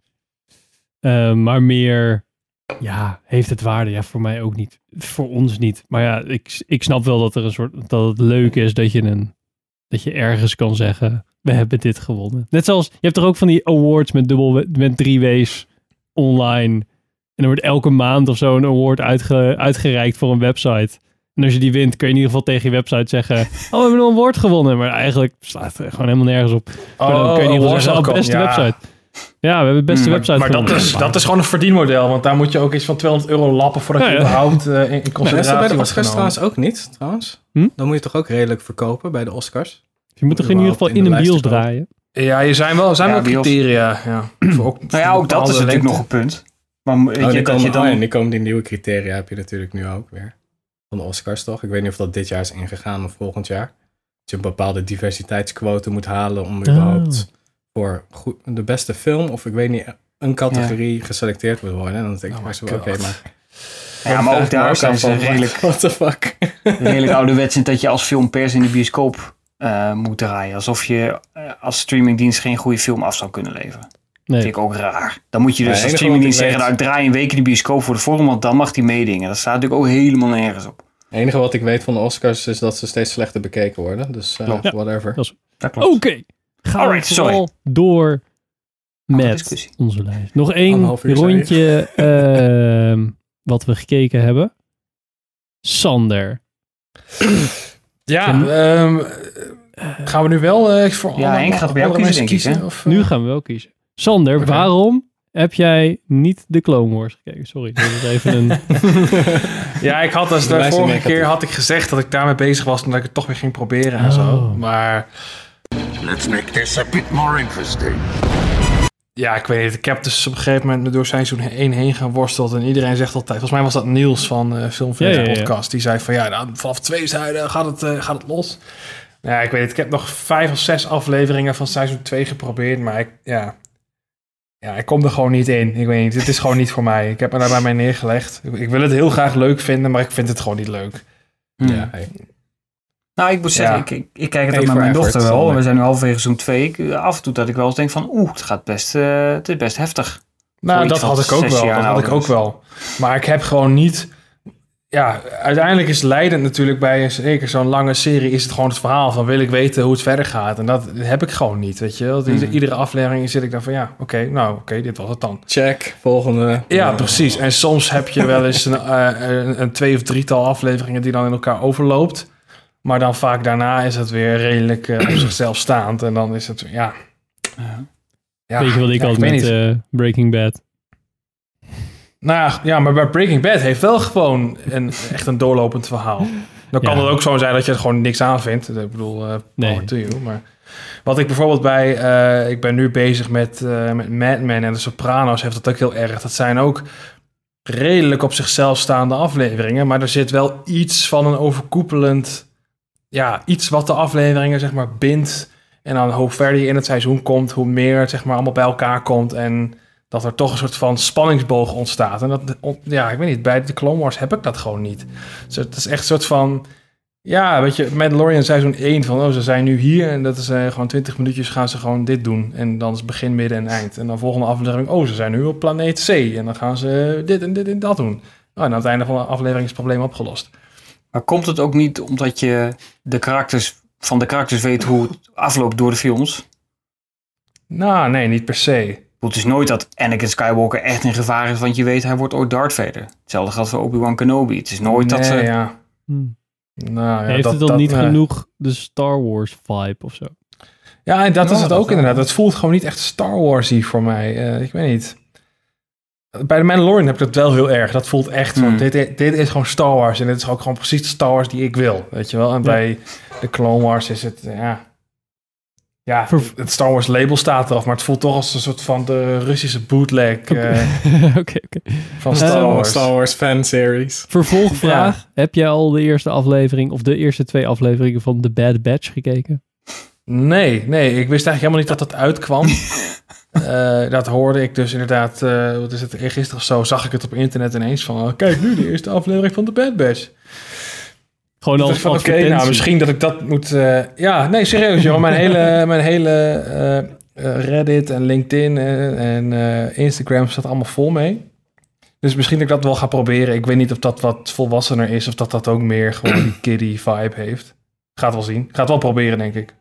Maar meer... Ja, heeft het waarde? Ja, voor mij ook niet. Voor ons niet. Maar ja, ik snap wel dat er dat het leuk is dat je ergens kan zeggen... We hebben dit gewonnen. Net zoals, je hebt er ook van die awards met 3 W's online. En er wordt elke maand of zo een award uitgereikt voor een website. En als je die wint, kun je in ieder geval tegen je website zeggen... we hebben een award gewonnen. Maar eigenlijk slaat het gewoon helemaal nergens op. Maar dan kun je in ieder geval zeggen, beste website. Ja, we hebben de beste website gewonnen. Maar dat is gewoon een verdienmodel. Want daar moet je ook iets van €200 lappen voordat je überhaupt in consideratie bij de wordt Oscars genomen. trouwens ook niet, trouwens. Dan moet je toch ook redelijk verkopen bij de Oscars? Je moet toch in ieder geval in een bios draaien? Ja, er zijn wel criteria. Ja. Ook dat is natuurlijk nog een punt. Maar die komen die nieuwe criteria heb je natuurlijk nu ook weer. Van de Oscars toch? Ik weet niet of dat dit jaar is ingegaan of volgend jaar. Dat je een bepaalde diversiteitsquote moet halen om überhaupt voor de beste film of ik weet niet, een categorie geselecteerd wordt worden. En dan denk ik maar... Ja, maar ook daar zijn ze redelijk... What the fuck? Redelijk ouderwets in dat je als film pers in de bioscoop moet draaien. Alsof je als streamingdienst geen goede film af zou kunnen leveren. Nee. Vind ik ook raar. Dan moet je dus als streamingdienst zeggen... ik draai een week in de bioscoop voor de vorm... want dan mag die meedingen. Dat staat natuurlijk ook helemaal nergens op. Het enige wat ik weet van de Oscars... is dat ze steeds slechter bekeken worden. Dus whatever. Dat klopt. Oké. Gaan we vooral door met onze lijst. Nog 1 rondje wat we gekeken hebben. Sander. Ja, gaan we nu wel voor Henk gaat bij jou kiezen, denk ik. Of, nu gaan we wel kiezen. Sander, waarom heb jij niet de Clone Wars gekeken? Sorry, dat is even een... Ja, ik had de vorige keer had ik gezegd dat ik daarmee bezig was... omdat ik het toch weer ging proberen en zo. Maar... Let's make this a bit more interesting. Ja, ik weet niet. Ik heb dus op een gegeven moment door seizoen 1 heen geworsteld. En iedereen zegt altijd... Volgens mij was dat Niels van Filmfans Podcast. Die zei van vanaf 2 zijden gaat het los. Ja, ik weet het. Ik heb nog 5 of 6 afleveringen van seizoen 2 geprobeerd. Maar ik kom er gewoon niet in. Ik weet niet. Het is gewoon niet voor mij. Ik heb me daar bij mij neergelegd. Ik wil het heel graag leuk vinden, maar ik vind het gewoon niet leuk. Ja, Nou, ik moet zeggen, ik kijk het ook met mijn dochter wel. We zijn nu halverwege seizoen 2. Af en toe dat ik wel eens denk van... het gaat het is best heftig. Nou, dat had ik ook wel. Maar ik heb gewoon niet... Ja, uiteindelijk is leidend natuurlijk bij zeker zo'n lange serie... is het gewoon het verhaal van wil ik weten hoe het verder gaat. En dat heb ik gewoon niet, weet je wel. Iedere aflevering zit ik dan van oké, dit was het dan. Check, volgende. Ja, precies. En soms heb je wel eens een 2 of 3-tal afleveringen... die dan in elkaar overloopt... Maar dan vaak daarna is het weer redelijk op zichzelf staand. En dan is het, Weet je wat ik had met Breaking Bad? Nou ja, maar bij Breaking Bad heeft wel gewoon echt een doorlopend verhaal. Dan kan het ook zo zijn dat je er gewoon niks aan vindt. Ik bedoel, power to you. Maar wat ik bijvoorbeeld ik ben nu bezig met Mad Men en de Sopranos heeft dat ook heel erg. Dat zijn ook redelijk op zichzelf staande afleveringen. Maar er zit wel iets van een overkoepelend... Ja, iets wat de afleveringen zeg maar bindt. En dan hoe verder je in het seizoen komt, hoe meer het zeg maar allemaal bij elkaar komt. En dat er toch een soort van spanningsboog ontstaat. En ik weet niet, bij de Clone Wars heb ik dat gewoon niet. Dus het is echt een soort van, ja, weet je, Mandalorian seizoen 1 van, ze zijn nu hier en dat is gewoon 20 minuutjes gaan ze gewoon dit doen. En dan is begin, midden en eind. En dan volgende aflevering, ze zijn nu op planeet C en dan gaan ze dit en dit en dat doen. En aan het einde van de aflevering is het probleem opgelost. Maar komt het ook niet omdat je de karakters weet hoe het afloopt door de films? Nou, nee, niet per se. Het is nooit dat Anakin Skywalker echt in gevaar is, want je weet hij wordt ooit Darth Vader. Hetzelfde geldt voor Obi-Wan Kenobi. Het is nooit dat ze... Ja. Nou, ja, heeft het dan niet genoeg de Star Wars vibe of zo? Ja, en dat is het ook inderdaad. Het voelt gewoon niet echt Star Wars-y voor mij. Ik weet niet. Bij de Mandalorian heb ik dat wel heel erg. Dat voelt echt van, dit is gewoon Star Wars. En dit is ook gewoon precies de Star Wars die ik wil. Weet je wel? En bij de Clone Wars is het, ja, het Star Wars label staat eraf, maar het voelt toch als een soort van de Russische bootleg van Star Wars fanseries. Vervolgvraag. Ja. Heb jij al de eerste aflevering of de eerste 2 afleveringen van The Bad Batch gekeken? Nee. Ik wist eigenlijk helemaal niet dat dat uitkwam. Dat hoorde ik dus inderdaad, wat is het, gisteren of zo, zag ik het op internet ineens van, kijk nu de eerste aflevering van The Bad Batch. Gewoon als Oké, misschien dat ik dat moet... nee, serieus, joh. Mijn hele Reddit en LinkedIn en Instagram staat allemaal vol mee. Dus misschien dat ik dat wel ga proberen. Ik weet niet of dat wat volwassener is of dat ook meer gewoon die kiddie vibe heeft. Gaat wel zien. Gaat wel proberen, denk ik.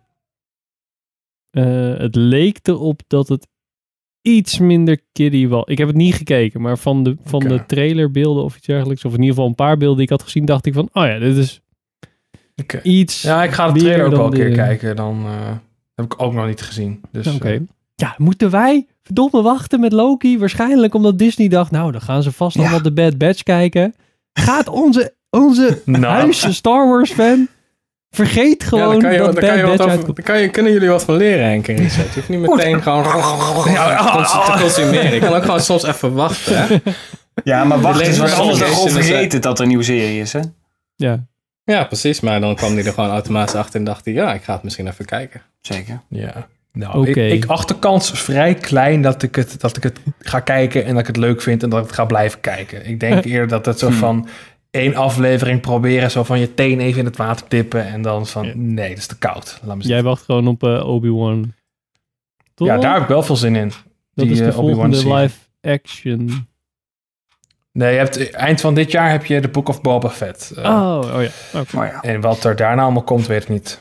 Het leek erop dat het iets minder kiddie was. Ik heb het niet gekeken, maar van de trailerbeelden of iets dergelijks, of in ieder geval een paar beelden die ik had gezien, dacht ik van, dit is iets. Ja, ik ga de trailer ook wel een keer kijken. Dan heb ik ook nog niet gezien. Dus, Oké. Ja, moeten wij verdomme wachten met Loki? Waarschijnlijk omdat Disney dacht, dan gaan ze vast allemaal de Bad Batch kijken. Gaat onze huisje Star Wars fan vergeet gewoon dat Bad Batch uitkomt. Kunnen jullie wat van leren, Henk en Richard? Je hoeft niet meteen gewoon te consumeren. Ik kan ook gewoon soms even wachten. Hè? Ja, maar wacht is wat anders dan gewoon vergeten dat er een nieuwe serie is, hè? Ja, precies. Maar dan kwam hij er gewoon automatisch achter en dacht hij, ik ga het misschien even kijken. Zeker. Ja. Nou, ik acht de kans vrij klein dat ik het ga kijken en dat ik het leuk vind en dat ik het ga blijven kijken. Ik denk eerder dat het zo van 1 aflevering proberen, zo van je teen even in het water dippen en dan van, nee, dat is te koud. Laat me Jij wacht gewoon op Obi-Wan. Toch? Ja, daar heb ik wel veel zin in. Dat is de volgende live action. Nee, je hebt, eind van dit jaar heb je The Book of Boba Fett. Oh ja. Okay. En wat er daarna allemaal komt, weet ik niet.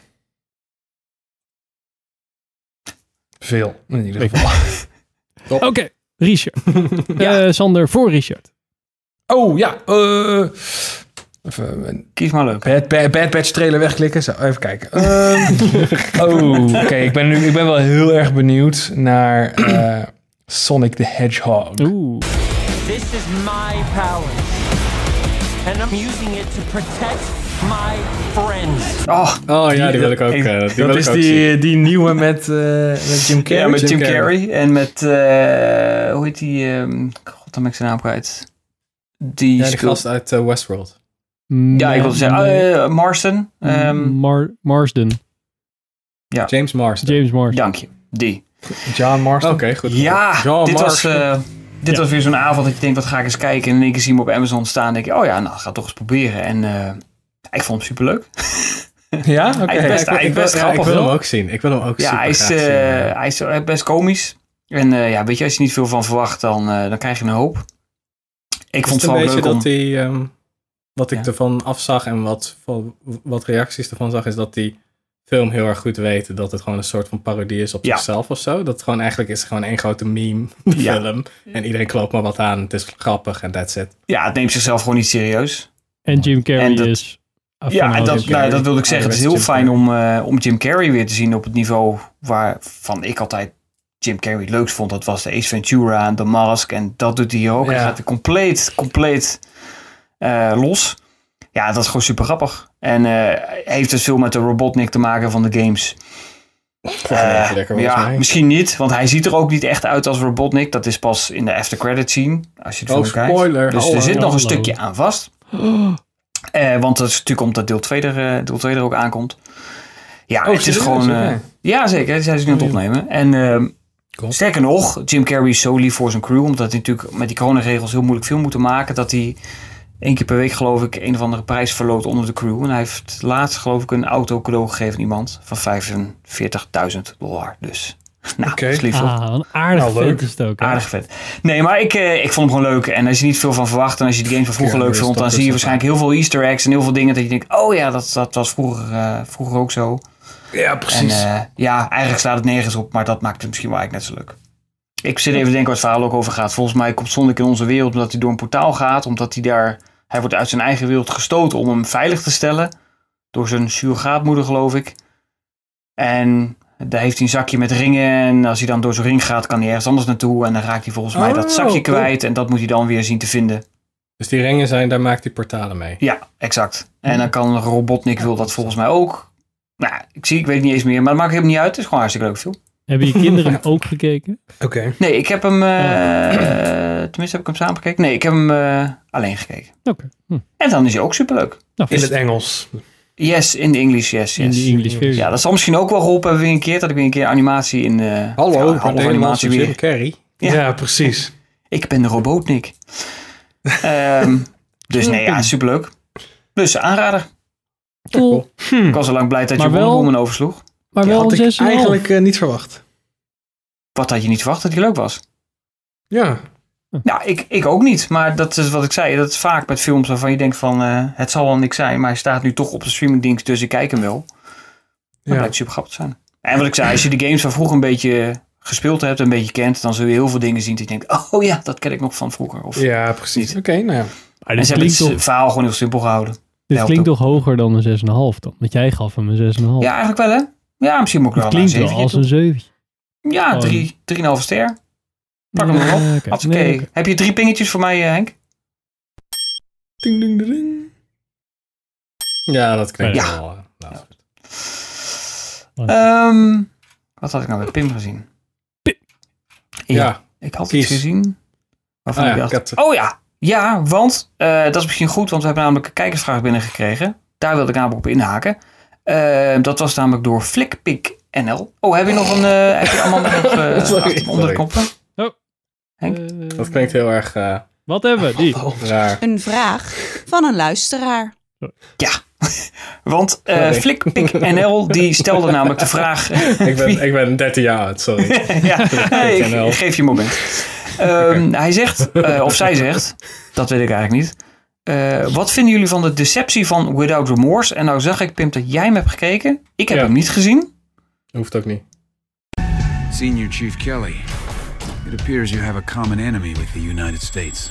Veel, in ieder geval. Oké, Richard. Sander voor Richard. Oh, ja. Even, kies maar leuk. Bad Batch trailer wegklikken. Zo, even kijken. Oké. Ik ben wel heel erg benieuwd naar Sonic the Hedgehog. Oeh. This is my power. And I'm using it to protect my friends. Oh ja, die wil ik ook. Dat is die nieuwe met Jim Carrey. Ja, met Jim Carrey. En met, hoe heet die? God, dan ben ik zijn naam kwijt. Die gast uit Westworld. Ja, ik wilde zeggen, Marsden. Marsden. Ja. James Marsden. Dank je. Die. John Marsden. Oké, goed. Ja, dit was weer zo'n avond dat je denkt, wat ga ik eens kijken? En in één keer zie je hem op Amazon staan en denk je, ga toch eens proberen. En ik vond hem superleuk. Ja? Oké. Hij is best grappig. Ik wil hem ook zien. Hij is best komisch. En weet je, als je niet veel van verwacht, dan krijg je een hoop. Ik vond het wel leuk dat hij, wat ik ervan afzag en wat reacties ervan zag, is dat die film heel erg goed weet dat het gewoon een soort van parodie is op zichzelf of zo. Dat het gewoon eigenlijk is gewoon één grote meme film. En iedereen kloopt maar wat aan. Het is grappig en that's it. Ja, het neemt zichzelf gewoon niet serieus. En Jim Carrey is... Ja, dat wilde ik zeggen. Het is heel fijn om Jim Carrey weer te zien op het niveau waarvan ik altijd Jim Carrey het leukst vond. Dat was de Ace Ventura en The Mask. En dat doet hij ook. Hij gaat compleet los. Ja, dat is gewoon super grappig. En heeft dus veel met de Robotnik te maken van de games. Misschien niet, want hij ziet er ook niet echt uit als Robotnik. Dat is pas in de after credit scene, als je het zo kijkt. Spoiler. Dus er zit nog een stukje aan vast. Want dat is natuurlijk omdat deel 2 er ook aankomt. Ja, het is gewoon... ja, zeker. Zij zijn nu aan het opnemen. En Cool. Sterker nog, Jim Carrey is zo lief voor zijn crew, omdat hij natuurlijk met die coronaregels heel moeilijk film moeten maken, dat hij 1 keer per week, geloof ik, een of andere prijs verloot onder de crew. En hij heeft laatst, geloof ik, een auto cadeau gegeven aan iemand van $45.000. Dus, nou, dat is lief, toch? Een aardig vet is het ook. Hè? Aardig vet. Nee, maar ik vond hem gewoon leuk. En als je niet veel van verwacht en als je die game van vroeger leuk vond, dan zie je waarschijnlijk heel veel easter eggs en heel veel dingen dat je denkt, oh ja, dat was vroeger ook zo. Ja, precies. En eigenlijk slaat het nergens op, maar dat maakt het misschien wel eigenlijk net zo leuk. Ik zit even te denken waar het verhaal ook over gaat. Volgens mij komt Sonic in onze wereld omdat hij door een portaal gaat, omdat hij wordt uit zijn eigen wereld gestoten om hem veilig te stellen. Door zijn surrogaatmoeder, geloof ik. En daar heeft hij een zakje met ringen. En als hij dan door zo'n ring gaat, kan hij ergens anders naartoe. En dan raakt hij volgens mij dat zakje kwijt. En dat moet hij dan weer zien te vinden. Dus die ringen daar maakt hij portalen mee? Ja, exact. En dan kan Robotnik wil dat volgens mij ook. Nou, ik weet het niet eens meer. Maar dat maakt helemaal niet uit. Het is gewoon een hartstikke leuk film. Hebben je kinderen ook gekeken? Oké. Nee, ik heb hem... tenminste, heb ik hem samen gekeken? Nee, ik heb hem alleen gekeken. Oké. En dan is hij ook superleuk. Nou, in het Engels. Yes, in de English, yes. In de English versie. Ja, dat zal misschien ook wel geholpen hebben weer een keer. Dat ik weer een keer animatie in... Hallo, ik half animatie weer. Jim Carrey. Ja, precies. Ik ben de Robotnik. Dus nee, ja, superleuk. Dus aanrader. Cool. Ik was al lang blij dat je Wonder Woman oversloeg. Maar wel had ik eigenlijk niet verwacht. Wat had je niet verwacht dat hij leuk was? Ja. Nou, ik ook niet. Maar dat is wat ik zei. Dat is vaak met films waarvan je denkt van... het zal wel niks zijn. Maar hij staat nu toch op de streamingdienst. Dus ik kijk hem wel. Dat blijkt super grappig te zijn. En wat ik zei. Als je de games van vroeger een beetje gespeeld hebt. Een beetje kent. Dan zul je heel veel dingen zien. Dat je denkt. Oh ja, dat ken ik nog van vroeger. Of ja, precies. Oké, nou ja. En ze hebben het verhaal gewoon heel simpel gehouden. Dit klinkt toch hoger dan een 6,5 dan? Want jij gaf hem een 6,5. Ja, eigenlijk wel hè. Ja, misschien moet ik wel een 7. Klinkt wel als een 7. Ja, 3,5 ster. Pak hem erop. Okay. Heb je 3 pingetjes voor mij, Henk? Ding, ding, ding. Ja, dat klinkt wel. Wat had ik nou bij Pim gezien? Pim. Ja. Ik had iets gezien. Waarvan ik dacht, oh ja. Ja, want dat is misschien goed, want we hebben namelijk een kijkersvraag binnengekregen. Daar wilde ik namelijk op inhaken. Dat was namelijk door Flickpick NL. Oh, heb je nog een... heb je allemaal nog onder de knoppen? Oh. Henk? Dat klinkt heel erg... Wat hebben we? Die? Raar. Een vraag van een luisteraar. Ja, want Flickpick NL die stelde namelijk de vraag... ik ben 13 jaar oud, sorry. ik geef je een moment. Hij zegt, of zij zegt, dat weet ik eigenlijk niet. Wat vinden jullie van de deceptie van Without Remorse? En nou zag ik, Pim, dat jij hem hebt gekeken. Ik heb hem niet gezien. Hoeft ook niet. Senior Chief Kelly, it appears you have a common enemy with the United States.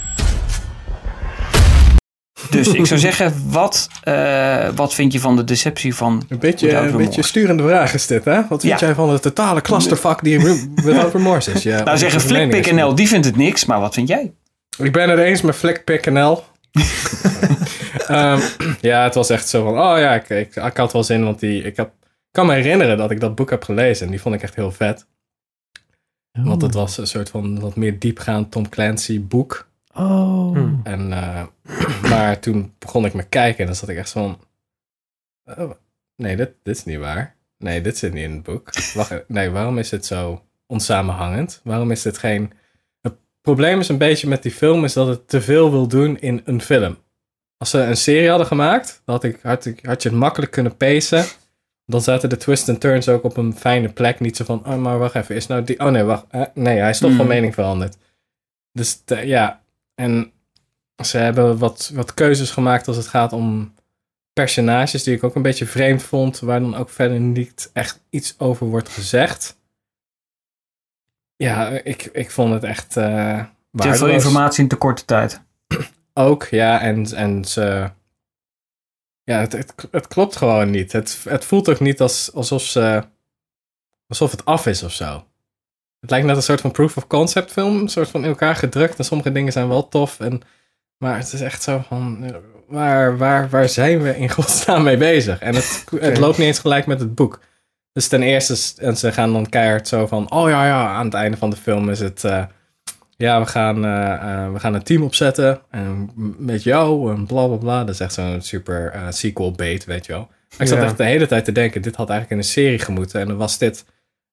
Dus ik zou zeggen, wat vind je van de deceptie van Een beetje sturende vraag is dit, hè? Wat vind jij van de totale clusterfuck die Without Remorse is? Ja, nou zeggen Flickpick NL, die vindt het niks, maar wat vind jij? Ik ben het eens met Flickpick NL. Ja, het was echt zo van, oh ja, ik had wel zin, want ik kan me herinneren dat ik dat boek heb gelezen en die vond ik echt heel vet. Oh. Want het was een soort van wat meer diepgaand Tom Clancy boek. Oh. En, maar toen begon ik me kijken en dan zat ik echt zo van, nee, dit is niet waar. Nee, dit zit niet in het boek. Wacht, nee, waarom is het zo onsamenhangend? Waarom is dit geen... Het probleem is een beetje met die film is dat het te veel wil doen in een film. Als ze een serie hadden gemaakt, dan had je het makkelijk kunnen pacen. Dan zaten de twists en turns ook op een fijne plek. Niet zo van, oh, maar wacht even, is nou die... Oh nee, wacht. Nee, hij is toch van mening veranderd. Dus ja, en ze hebben wat keuzes gemaakt als het gaat om personages die ik ook een beetje vreemd vond, waar dan ook verder niet echt iets over wordt gezegd. Ja, ik vond het echt te veel informatie in te korte tijd. Ook, ja, en ze... Ja, het klopt gewoon niet. Het voelt ook niet alsof het af is of zo. Het lijkt net een soort van proof of concept film. Een soort van in elkaar gedrukt. En sommige dingen zijn wel tof. Maar het is echt zo van... Waar zijn we in godsnaam mee bezig? En het loopt niet eens gelijk met het boek. Dus ten eerste... En ze gaan dan keihard zo van... Oh ja, aan het einde van de film is het... we gaan een team opzetten. En met jou en bla bla bla. Dat is echt zo'n super sequel bait, weet je wel. Maar ik zat echt de hele tijd te denken... Dit had eigenlijk in een serie gemoeten. En dan was dit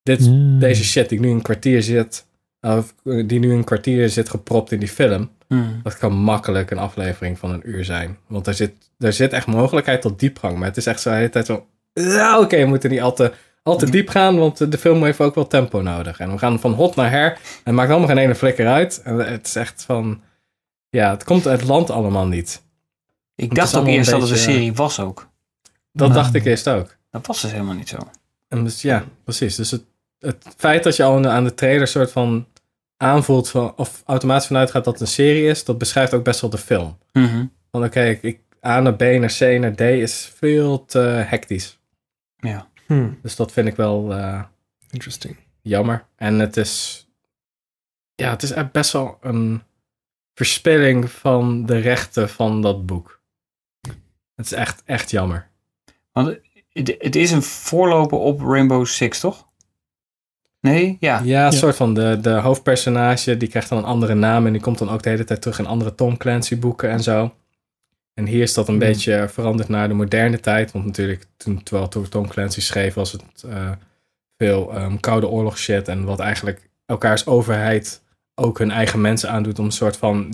Deze shit die nu een kwartier zit... Of die nu een kwartier zit gepropt in die film... Dat kan makkelijk een aflevering van 1 uur zijn. Want er zit echt mogelijkheid tot diepgang. Maar het is echt zo de hele tijd zo... Oké, we moeten niet al te diep gaan... want de film heeft ook wel tempo nodig. En we gaan van hot naar her... en het maakt allemaal geen ene flikker uit. En het is echt van... Ja, het landt allemaal niet. Ik dacht ook eerst dat het een serie was ook. Dat dacht ik eerst ook. Dat was dus helemaal niet zo. En dus, ja, precies. Dus het feit dat je al aan de trailer soort van aanvoelt... of automatisch vanuit gaat dat het een serie is... dat beschrijft ook best wel de film. Want oké, A naar B naar C naar D is veel te hectisch. Ja. Dus dat vind ik wel interesting. Jammer. En het is echt best wel een verspilling van de rechten van dat boek. Het is echt jammer. Want het is een voorloper op Rainbow Six, toch? Nee? Ja. Ja, een soort van de hoofdpersonage, die krijgt dan een andere naam en die komt dan ook de hele tijd terug in andere Tom Clancy boeken en zo. En hier is dat een beetje veranderd naar de moderne tijd, want natuurlijk terwijl Tom Clancy schreef was het veel Koude Oorlog shit en wat eigenlijk elkaars overheid ook hun eigen mensen aandoet om een soort van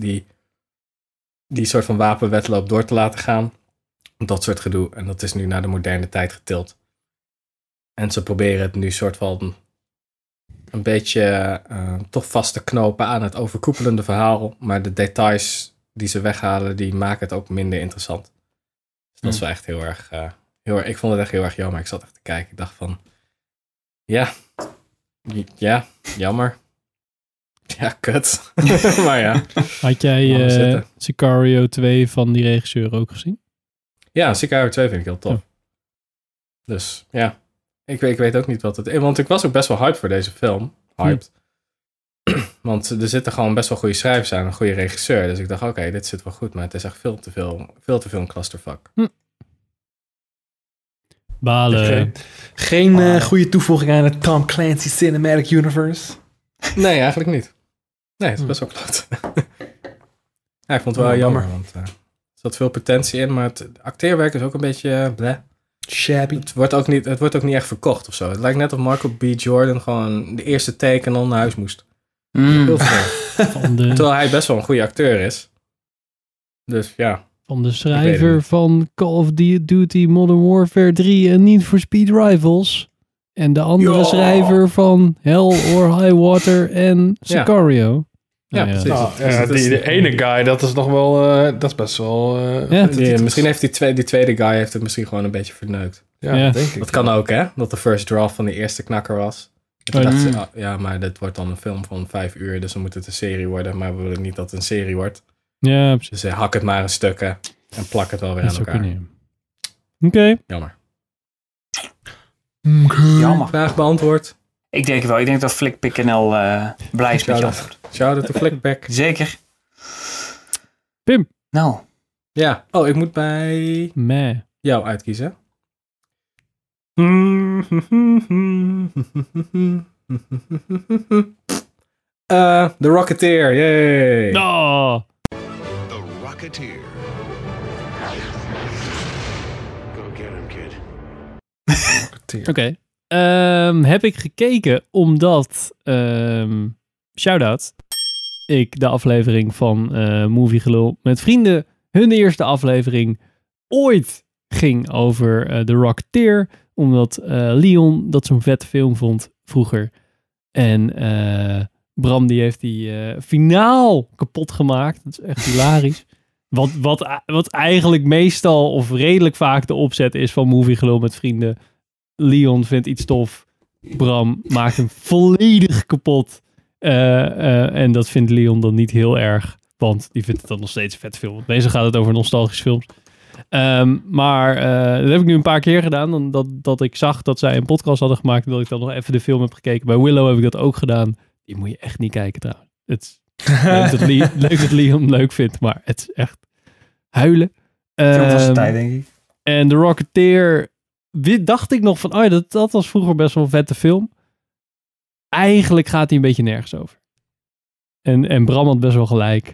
die soort van wapenwedloop door te laten gaan. Dat soort gedoe. En dat is nu naar de moderne tijd getild. En ze proberen het nu soort van een beetje toch vast te knopen aan het overkoepelende verhaal. Maar de details die ze weghalen, die maken het ook minder interessant. Dus dat is wel echt heel erg... ik vond het echt heel erg jammer. Ik zat echt te kijken. Ik dacht van... Ja, jammer. Ja, kut. Maar ja. Had jij Sicario 2 van die regisseur ook gezien? Ja, Sicario 2 vind ik heel tof. Ja. Dus ja, ik weet ook niet wat het is. Want ik was ook best wel hyped voor deze film. Hyped. Want er zitten gewoon best wel goede schrijvers aan, een goede regisseur. Dus ik dacht, oké, dit zit wel goed. Maar het is echt veel te veel een clusterfuck. Balen. Geen goede toevoeging aan het Tom Clancy Cinematic Universe? Nee, eigenlijk niet. Nee, het is best wel kloot. Ja, ik vond het wel jammer, want er zat veel potentie in, maar het acteerwerk is ook een beetje bleh. Shabby. Het wordt ook niet echt verkocht of zo. Het lijkt net of Michael B. Jordan gewoon de eerste take en dan naar huis moest. Terwijl hij best wel een goede acteur is. Dus ja. Van de schrijver van Call of Duty Modern Warfare 3 en Need for Speed Rivals. En de andere schrijver van Hell or High Water en Sicario. Ja, precies. Die ene guy, dat is nog wel... dat is best wel... misschien heeft die tweede guy heeft het misschien gewoon een beetje verneukt. Ja, denk ik. Dat kan ook, hè? Dat de first draft van de eerste knakker was. Maar dit wordt dan een film van 5 uur, dus dan moet het een serie worden. Maar we willen niet dat het een serie wordt. Ja, precies. Dus hak het maar in stukken en plak het wel weer aan elkaar. Oké. Jammer. Jammer. Vraag beantwoord. Ik denk wel. Ik denk dat Flickpick.nl blij is met je antwoord. Shout-out to Flickpick. Zeker. Pim. Nou. Ja. Oh, ik moet bij jou uitkiezen. The Rocketeer. Yay. Oh. The Rocketeer. Go get him, kid. Oké. Heb ik gekeken omdat, shout-out, ik de aflevering van Movie Gelul met vrienden, hun eerste aflevering ooit ging over The Rocketeer, omdat Leon dat zo'n vette film vond vroeger. En Bram die heeft die finaal kapot gemaakt. Dat is echt hilarisch. Wat eigenlijk meestal of redelijk vaak de opzet is van Movie Gelul met vrienden. Leon vindt iets tof. Bram maakt hem volledig kapot. En dat vindt Leon dan niet heel erg. Want die vindt het dan nog steeds een vet film. Want meestal gaat het over nostalgische films. Maar dat heb ik nu een paar keer gedaan. Dat ik zag dat zij een podcast hadden gemaakt. En dat ik dan nog even de film heb gekeken. Bij Willow heb ik dat ook gedaan. Die moet je echt niet kijken trouwens. Het is leuk dat Leon leuk vindt. Maar het is echt huilen. Film van zijn tijd, denk ik. En The Rocketeer... dacht ik nog van, dat was vroeger best wel een vette film. Eigenlijk gaat hij een beetje nergens over. En Bram had best wel gelijk.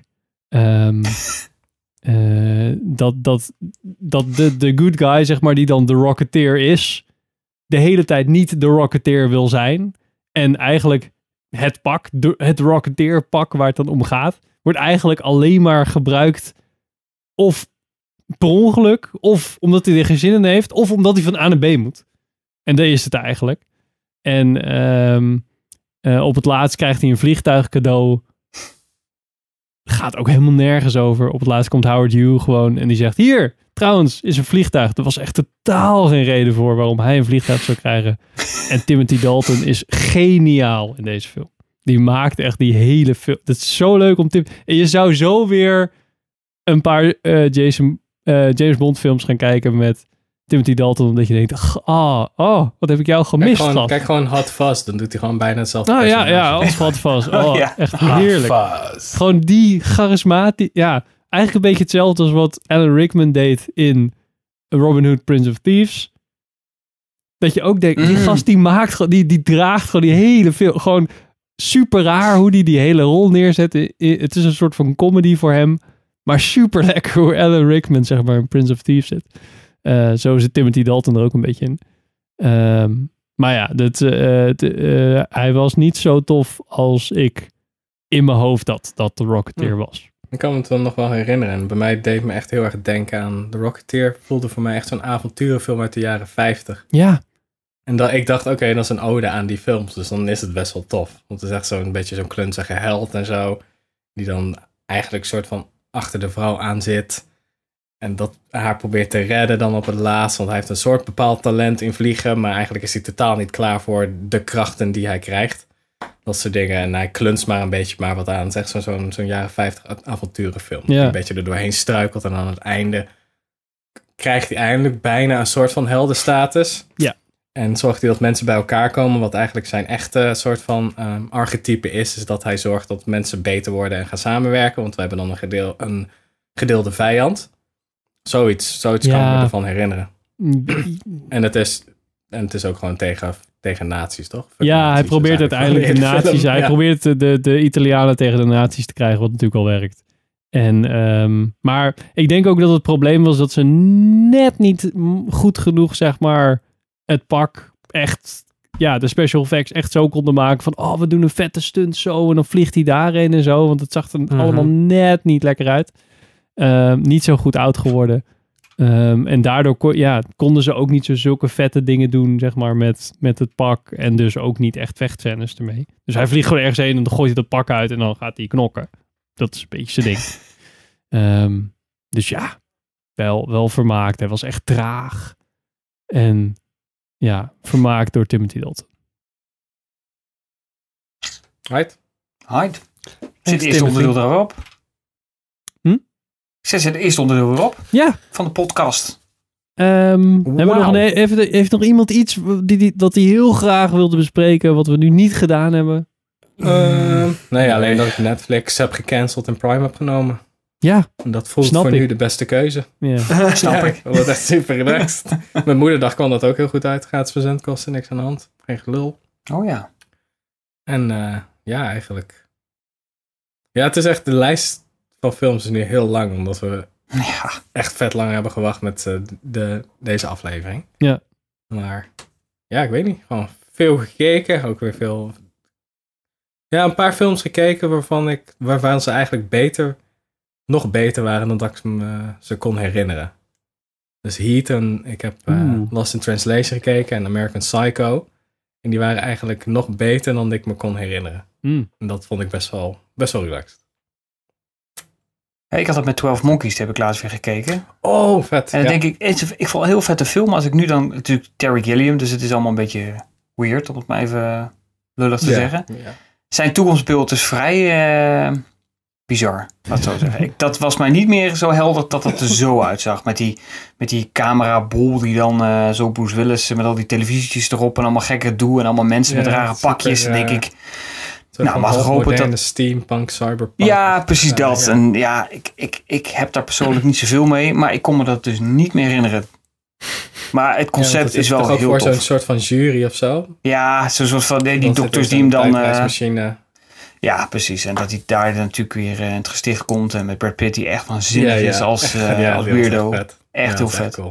Dat de good guy, zeg maar, die dan de Rocketeer is, de hele tijd niet de Rocketeer wil zijn. En eigenlijk het pak, het Rocketeer pak waar het dan om gaat, wordt eigenlijk alleen maar gebruikt of per ongeluk, of omdat hij er geen zin in heeft, of omdat hij van A naar B moet. En dat is het eigenlijk. En op het laatst krijgt hij een vliegtuig cadeau. Gaat ook helemaal nergens over. Op het laatst komt Howard Hughes gewoon en die zegt, hier, trouwens, is een vliegtuig. Er was echt totaal geen reden voor waarom hij een vliegtuig zou krijgen. En Timothy Dalton is geniaal in deze film. Die maakt echt die hele film. Het is zo leuk om en je zou zo weer een paar James Bond films gaan kijken met Timothy Dalton, omdat je denkt, wat heb ik jou gemist? Kijk gewoon Hot Fuzz, dan doet hij gewoon bijna hetzelfde. Als Hot Fuzz. Echt heerlijk. Gewoon die charismatie. Ja, eigenlijk een beetje hetzelfde als wat Alan Rickman deed in Robin Hood, Prince of Thieves. Dat je ook denkt, die gast die maakt, die draagt gewoon die hele film, gewoon super raar hoe die hele rol neerzet. Het is een soort van comedy voor hem, maar super lekker hoe Alan Rickman, zeg maar, in Prince of Thieves zit. Zo zit Timothy Dalton er ook een beetje in. Maar ja, hij was niet zo tof als ik in mijn hoofd dat de Rocketeer was. Ik kan me het wel nog wel herinneren. En bij mij deed me echt heel erg denken aan The Rocketeer. Voelde voor mij echt zo'n avonturenfilm uit de jaren 50. Ja. En ik dacht, oké, dat is een ode aan die films. Dus dan is het best wel tof. Want het is echt zo'n beetje zo'n klunzige held en zo. Die dan eigenlijk soort van achter de vrouw aan zit. En dat haar probeert te redden dan op het laatst. Want hij heeft een soort bepaald talent in vliegen. Maar eigenlijk is hij totaal niet klaar voor de krachten die hij krijgt. Dat soort dingen. En hij klunst maar een beetje maar wat aan. Het is echt zo'n jaren 50 avonturenfilm. Ja. Een beetje er doorheen struikelt. En aan het einde krijgt hij eindelijk bijna een soort van heldenstatus. Ja. En zorgt hij dat mensen bij elkaar komen. Wat eigenlijk zijn echte soort van archetype is. Is dat hij zorgt dat mensen beter worden en gaan samenwerken. Want we hebben dan een gedeelde vijand. Zoiets kan ik me ervan herinneren. En het is ook gewoon tegen nazi's, toch? Hij probeert uiteindelijk de nazi's. Hij probeert de Italianen tegen de nazi's te krijgen, wat natuurlijk al werkt. Maar ik denk ook dat het probleem was dat ze net niet goed genoeg, zeg maar, het pak echt, de special effects echt zo konden maken van, we doen een vette stunt zo en dan vliegt hij daarheen en zo, want het zag er allemaal net niet lekker uit. Niet zo goed oud geworden. En daardoor konden ze ook niet zulke vette dingen doen, zeg maar, met het pak. En dus ook niet echt vechtscènes ermee. Dus hij vliegt gewoon ergens heen en dan gooit hij dat pak uit en dan gaat hij knokken. Dat is een beetje zijn ding. Dus ja, wel vermaakt. Hij was echt traag. En vermaakt door Timothy Dalton. Zit het eerste onderdeel erop? Zet het eerste onderdeel weer op? Ja. Van de podcast. Hebben we nog heeft nog iemand iets dat hij heel graag wilde bespreken, wat we nu niet gedaan hebben? Nee, alleen dat ik Netflix heb gecanceld en Prime heb genomen. Ja. En dat voelt voor nu de beste keuze. Ja. Snap ik. Dat wordt echt super relaxed. Mijn moederdag kwam dat ook heel goed uit. Gratis verzendkosten, niks aan de hand. Geen gelul. Oh ja. En eigenlijk. Ja, het is echt de lijst van films is nu heel lang, omdat we echt vet lang hebben gewacht met deze aflevering. Ja. Maar ik weet niet. Gewoon veel gekeken. Ook weer veel. Ja, een paar films gekeken waarvan ze eigenlijk nog beter waren dan dat ik ze kon herinneren. Dus Heat en ik heb Lost in Translation gekeken en American Psycho. En die waren eigenlijk nog beter dan ik me kon herinneren. En dat vond ik best wel relaxed. Ja, ik had het met 12 Monkeys, die heb ik laatst weer gekeken. Oh, vet. En dan denk ik vond een heel vette film. Als ik nu dan, natuurlijk Terry Gilliam, dus het is allemaal een beetje weird, om het maar even lullig te zeggen. Ja. Zijn toekomstbeeld is vrij bizar, laat het zo zeggen. Dat was mij niet meer zo helder dat het er zo uitzag. Met die camerabol die dan zo Bruce Willis met al die televisietjes erop en allemaal gekke doen en allemaal mensen met rare pakjes. Dan denk ik, mag hopen dat steampunk, cyberpunk. Ja, precies dat. En ik heb daar persoonlijk niet zoveel mee, maar ik kon me dat dus niet meer herinneren. Maar het concept is wel heel tof. Voor zo'n soort van jury of zo? Ja, zo'n soort van die dokters die hem dan... Ja, precies. En dat hij daar natuurlijk weer in het gesticht komt en met Brad Pitt die echt waanzinnig is als weirdo. Echt heel vet. Cool.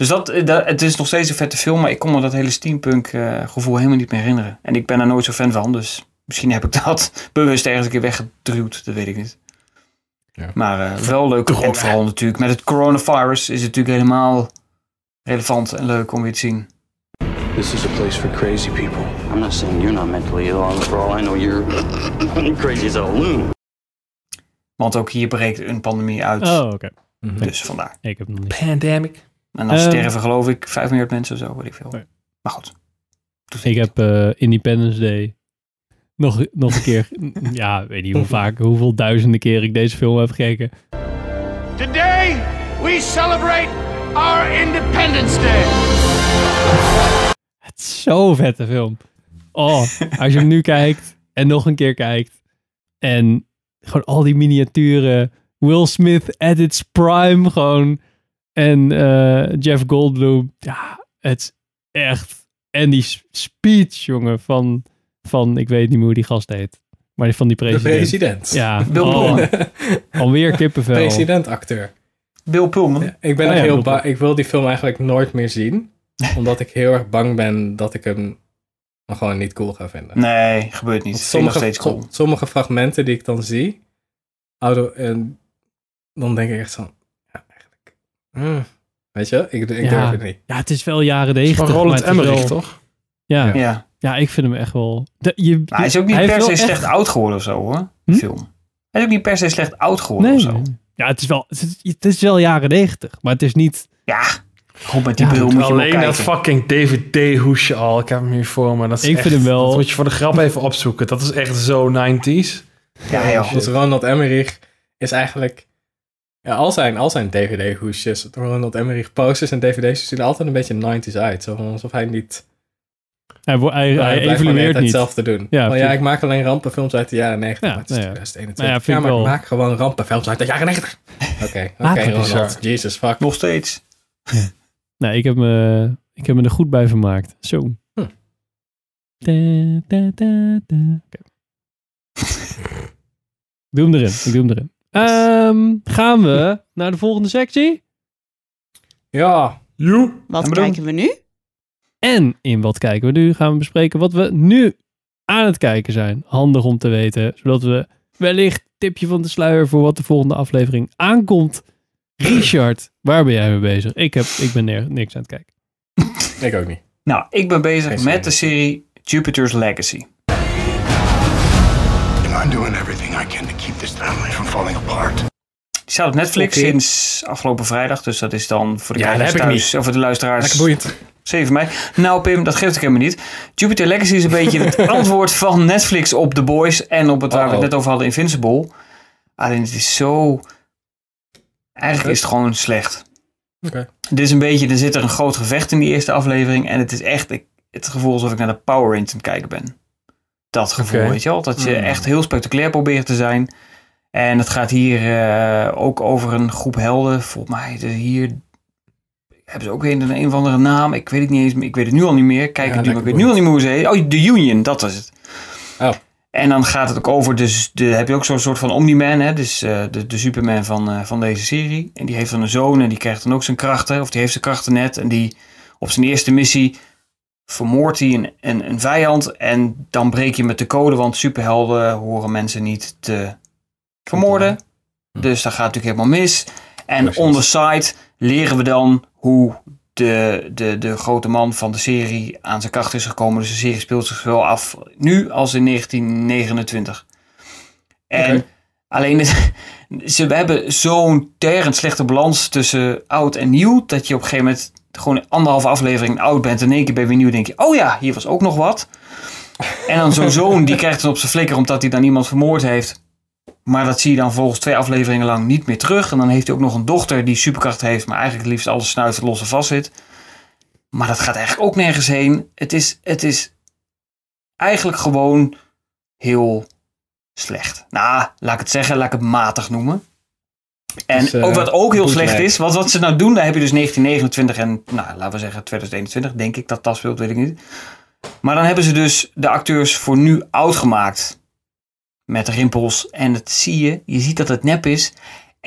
Dus het is nog steeds een vette film, maar ik kon me dat hele steampunk gevoel helemaal niet meer herinneren. En ik ben er nooit zo fan van, dus misschien heb ik dat bewust ergens een keer weggedruwd. Dat weet ik niet. Ja. Maar wel leuk. En vooral natuurlijk met het coronavirus is het natuurlijk helemaal relevant en leuk om weer te zien. This is a place for crazy people. I'm not saying you're not mentally ill. For all I know, you're crazy as a loon. Want ook hier breekt een pandemie uit. Oh, oké. Dus vandaar. Ik heb nog niet. Pandemic. En dan sterven geloof ik 5 miljard mensen of zo, weet ik veel. Nee. Maar goed. Ik heb Independence Day nog een keer, ja, weet niet hoe vaak, hoeveel duizenden keer ik deze film heb gekeken. Today we celebrate our Independence Day. Het is zo'n vette film. Oh, als je hem nu kijkt en nog een keer kijkt en gewoon al die miniaturen, Will Smith at its prime gewoon en Jeff Goldblum, ja, het is echt. En die speech, jongen, van ik weet niet meer hoe die gast heet. Maar van die president. De president. Ja. Alweer kippenvel. President-acteur. Bill Pullman. Ja, ik ben er heel bang. Ik wil die film eigenlijk nooit meer zien. Omdat ik heel erg bang ben dat ik hem gewoon niet cool ga vinden. Nee, gebeurt niet. Sommige, nog steeds cool. Sommige fragmenten die ik dan zie. Dan denk ik echt zo. Ja, eigenlijk. Weet je, ik durf het niet. Ja, het is wel jaren 90. Van Roland Emmerich, toch? Ja. Ja, ik vind hem echt wel. Hij is ook niet per se slecht oud geworden of zo, hoor. Film. Hij is ook niet per se slecht oud geworden of zo. Ja, het is wel jaren 90, maar het is niet. Ja, gewoon met die bril moet je alleen kijken. dat fucking DVD-hoesje al. Ik heb hem hier voor me. Dat is vind hem wel. Dat moet je voor de grap even opzoeken. Dat is echt zo 90s. Ja, joh. Dus Ronald Emmerich is eigenlijk. Ja, al zijn DVD-hoesjes, Ronald Emmerich posters en DVD's zien er altijd een beetje 90s uit. Zo alsof hij niet. Hij evolueert niet. Hetzelfde doen. Ja, ik maak alleen rampenfilms uit de jaren 90. Maar het is 2021. Ja, maar ik maak gewoon rampenfilms uit de jaren 90. Oké, Ronald. Jesus, fuck. Nog steeds. Ja. Nee, ik heb me er goed bij vermaakt. Zo. Okay. Ik doe hem erin. Gaan we naar de volgende sectie? Ja. Wat kijken we nu? En in wat kijken we nu gaan we bespreken wat we nu aan het kijken zijn. Handig om te weten, zodat we wellicht tipje van de sluier voor wat de volgende aflevering aankomt. Richard, waar ben jij mee bezig? Ik ben niks aan het kijken. Ik ook niet. Nou, ik ben bezig met de serie Jupiter's Legacy. I'm doing everything I can to keep this family from falling apart. Die staat op Netflix sinds afgelopen vrijdag. Dus dat is dan voor de kijkers thuis, of voor de luisteraars. Lekker boeiend. 7 mei. Nou Pim, dat geeft ik helemaal niet. Jupiter Legacy is een beetje het antwoord van Netflix op The Boys en op het waar we het net over hadden, Invincible. Alleen het is zo. Eigenlijk is het gewoon slecht. Okay. Dit is een beetje, er zit er een groot gevecht in die eerste aflevering en het is echt het gevoel alsof ik naar de Power Rangers aan het kijken ben. Dat gevoel, weet je wel. Dat je echt heel spectaculair probeert te zijn. En het gaat hier ook over een groep helden. Volgens mij hier hebben ze ook weer een of andere naam. Ik weet het niet eens. Ik weet het nu al niet meer. Kijk, ik weet nu al niet meer hoe ze heet. Oh, The Union, dat was het. Oh. En dan gaat het ook over, dus heb je ook zo'n soort van Omni-Man, hè? Dus de Superman van deze serie. En die heeft dan een zoon en die krijgt dan ook zijn krachten. Of die heeft zijn krachten net. En die op zijn eerste missie vermoordt hij een vijand. En dan breek je met de code, want superhelden horen mensen niet te vermoorden. Dus dat gaat natuurlijk helemaal mis. En on the side leren we dan hoe de grote man van de serie aan zijn kracht is gekomen. Dus de serie speelt zich wel af nu als in 1929. En alleen we hebben zo'n tergend slechte balans tussen oud en nieuw, dat je op een gegeven moment gewoon 1,5 aflevering oud bent en in één keer ben je weer nieuw denk je, oh ja, hier was ook nog wat. En dan zo'n zoon die krijgt dan op zijn flikker omdat hij dan iemand vermoord heeft. Maar dat zie je dan volgens 2 afleveringen lang niet meer terug. En dan heeft hij ook nog een dochter die superkracht heeft, maar eigenlijk liefst alles snuit los en vast zit. Maar dat gaat eigenlijk ook nergens heen. Het is eigenlijk gewoon heel slecht. Nou, laat ik het zeggen, laat ik het matig noemen. En dus, ook wat ook heel slecht is, wat ze nou doen, daar heb je dus 1929 en, nou, laten we zeggen 2021, denk ik dat speelt, weet ik niet. Maar dan hebben ze dus de acteurs voor nu oud gemaakt. Met rimpels. En dat zie je. Je ziet dat het nep is. En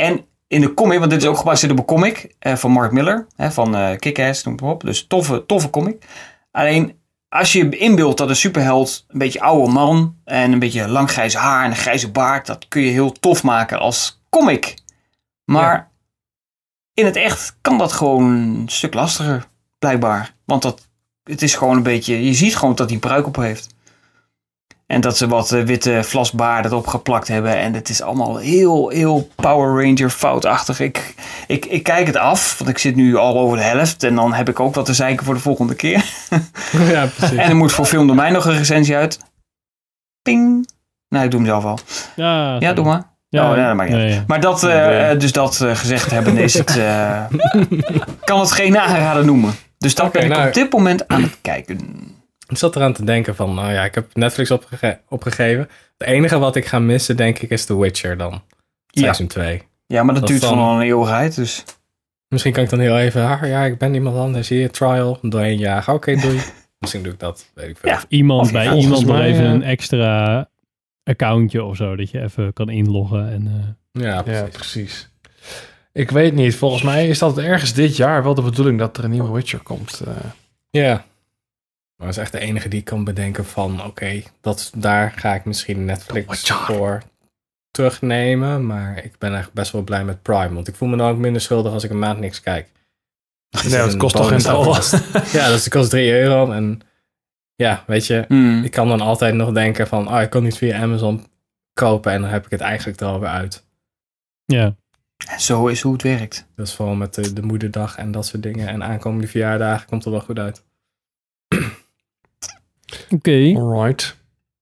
in de comic, want dit is ook gebaseerd op een comic van Mark Millar, van Kick-Ass, noem het maar op. Dus toffe comic. Alleen, als je inbeeldt dat een superheld een beetje oude man en een beetje lang grijs haar en een grijze baard, dat kun je heel tof maken als comic. Maar in het echt kan dat gewoon een stuk lastiger, blijkbaar. Want het is gewoon een beetje, je ziet gewoon dat hij een pruik op heeft. En dat ze wat witte vlasbaarden erop geplakt hebben. En het is allemaal heel, heel Power Ranger foutachtig. Ik kijk het af, want ik zit nu al over de helft. En dan heb ik ook wat te zeiken voor de volgende keer. Ja, precies. En er moet voor Film Domein nog een recensie uit. Ping. Nou, ik doe hem zelf al. Ja, doe maar. Ja, dat maakt niet uit. Ja. Maar dat, dus dat gezegd hebben, is het, kan het geen aanrader noemen. Dus dat ben ik op dit moment aan het kijken. Ik zat eraan te denken van, nou ja, ik heb Netflix opgegeven. Het enige wat ik ga missen, denk ik, is The Witcher dan. Seizoen 2. Ja, maar dat duurt gewoon een eeuwigheid, dus... Misschien kan ik dan heel even, ik ben iemand anders, hier, trial, doorheen jagen. Oké, doei. Misschien doe ik dat, weet ik veel. Ja, iemand nog even een extra accountje of zo, dat je even kan inloggen. En, Ja, precies. Ik weet niet, volgens mij is dat ergens dit jaar wel de bedoeling dat er een nieuwe Witcher komt. Ja. Maar dat is echt de enige die ik kan bedenken van... Oké, daar ga ik misschien Netflix voor terugnemen. Maar ik ben echt best wel blij met Prime. Want ik voel me dan ook minder schuldig als ik een maand niks kijk. Nee, het kost toch geen dollar. Ja, dus het kost €3. En ja, weet je... Ik kan dan altijd nog denken van... ik kan niet via Amazon kopen. En dan heb ik het eigenlijk er alweer uit. Ja. En zo is hoe het werkt. Dus vooral met de moederdag en dat soort dingen. En aankomende verjaardagen komt er wel goed uit. Oké. Alright.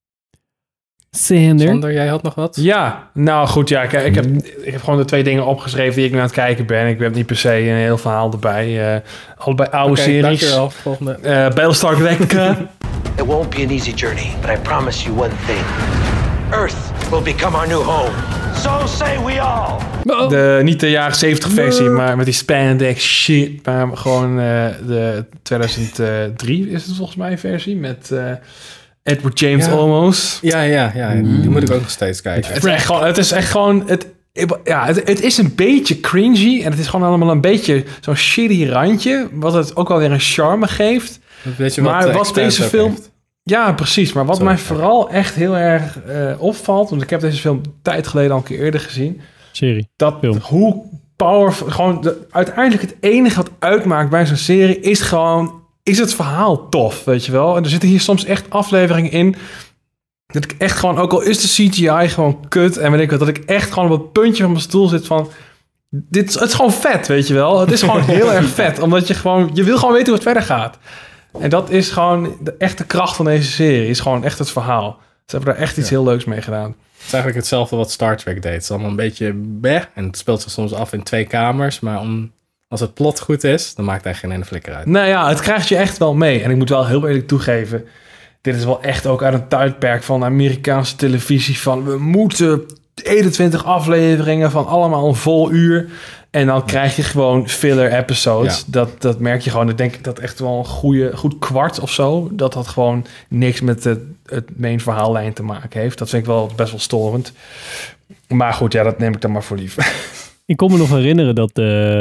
Sander, jij had nog wat? Ja, nou goed, ja. Ik heb gewoon de 2 dingen opgeschreven die ik nu aan het kijken ben. Ik heb niet per se een heel verhaal erbij. Allebei oude series. Dankjewel. Volgende. Battlestar Galactica. It won't be an easy journey, but I promise you one thing. Earth will become our new home. So say we all. Niet de jaren 70 versie, maar met die spandex shit. Maar gewoon de 2003 is het volgens mij versie. Met Edward James Olmos. Ja. Die moet ik ook nog steeds kijken. Het is echt gewoon... Het is een beetje cringy. En het is gewoon allemaal een beetje zo'n shitty randje. Wat het ook wel weer een charme geeft. Weet je maar wat deze film... Heeft. Ja, precies. Maar wat mij vooral echt heel erg opvalt... want ik heb deze film een tijd geleden al een keer eerder gezien... hoe powerful... Gewoon uiteindelijk het enige wat uitmaakt bij zo'n serie... is het verhaal tof, weet je wel? En er zitten hier soms echt afleveringen in... dat ik echt gewoon... ook al is de CGI gewoon kut... en weet ik wat, dat ik echt gewoon op het puntje van mijn stoel zit van... het is gewoon vet, weet je wel? Het is gewoon heel erg vet. Omdat je wil gewoon weten hoe het verder gaat. En dat is gewoon de echte kracht van deze serie. Is gewoon echt het verhaal. Ze hebben daar echt iets heel leuks mee gedaan. Het is eigenlijk hetzelfde wat Star Trek deed. Het is allemaal een beetje en het speelt zich soms af in 2 kamers. Maar als het plot goed is, dan maakt het echt geen ene flikker uit. Nou ja, het krijgt je echt wel mee. En ik moet wel heel eerlijk toegeven... dit is wel echt ook uit een tijdperk van Amerikaanse televisie... van we moeten 21 afleveringen van allemaal een vol uur... En dan krijg je gewoon filler episodes. Ja. Dat merk je gewoon. Ik denk dat echt wel een goed kwart of zo... dat gewoon niks met het main verhaallijn te maken heeft. Dat vind ik wel best wel storend. Maar goed, ja, dat neem ik dan maar voor lief. Ik kon me nog herinneren dat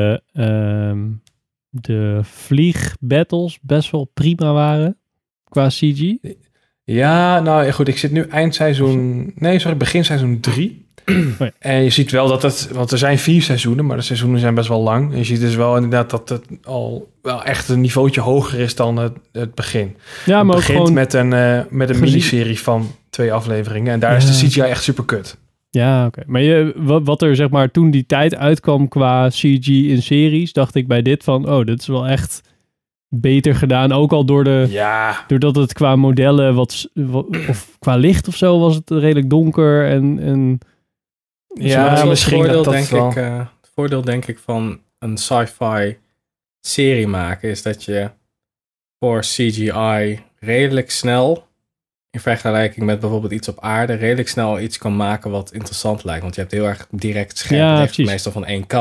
de vliegbattles best wel prima waren qua CG. Ja, nou goed, ik zit nu begin seizoen 3... En je ziet wel want er zijn 4 seizoenen, maar de seizoenen zijn best wel lang. En je ziet dus wel inderdaad dat het al wel echt een niveautje hoger is dan het begin. Ja, maar het begint gewoon met een miniserie van 2 afleveringen. En daar is de CGI echt super kut. Ja, oké. Maar wat er zeg maar toen die tijd uitkwam qua CG in series, dacht ik bij dit van, dit is wel echt beter gedaan. Ook al doordat het qua modellen of qua licht of zo was het redelijk donker en ja, misschien het voordeel denk ik van een sci-fi serie maken is dat je voor CGI redelijk snel, in vergelijking met bijvoorbeeld iets op aarde, redelijk snel iets kan maken wat interessant lijkt. Want je hebt heel erg direct scherp licht, meestal van één kant.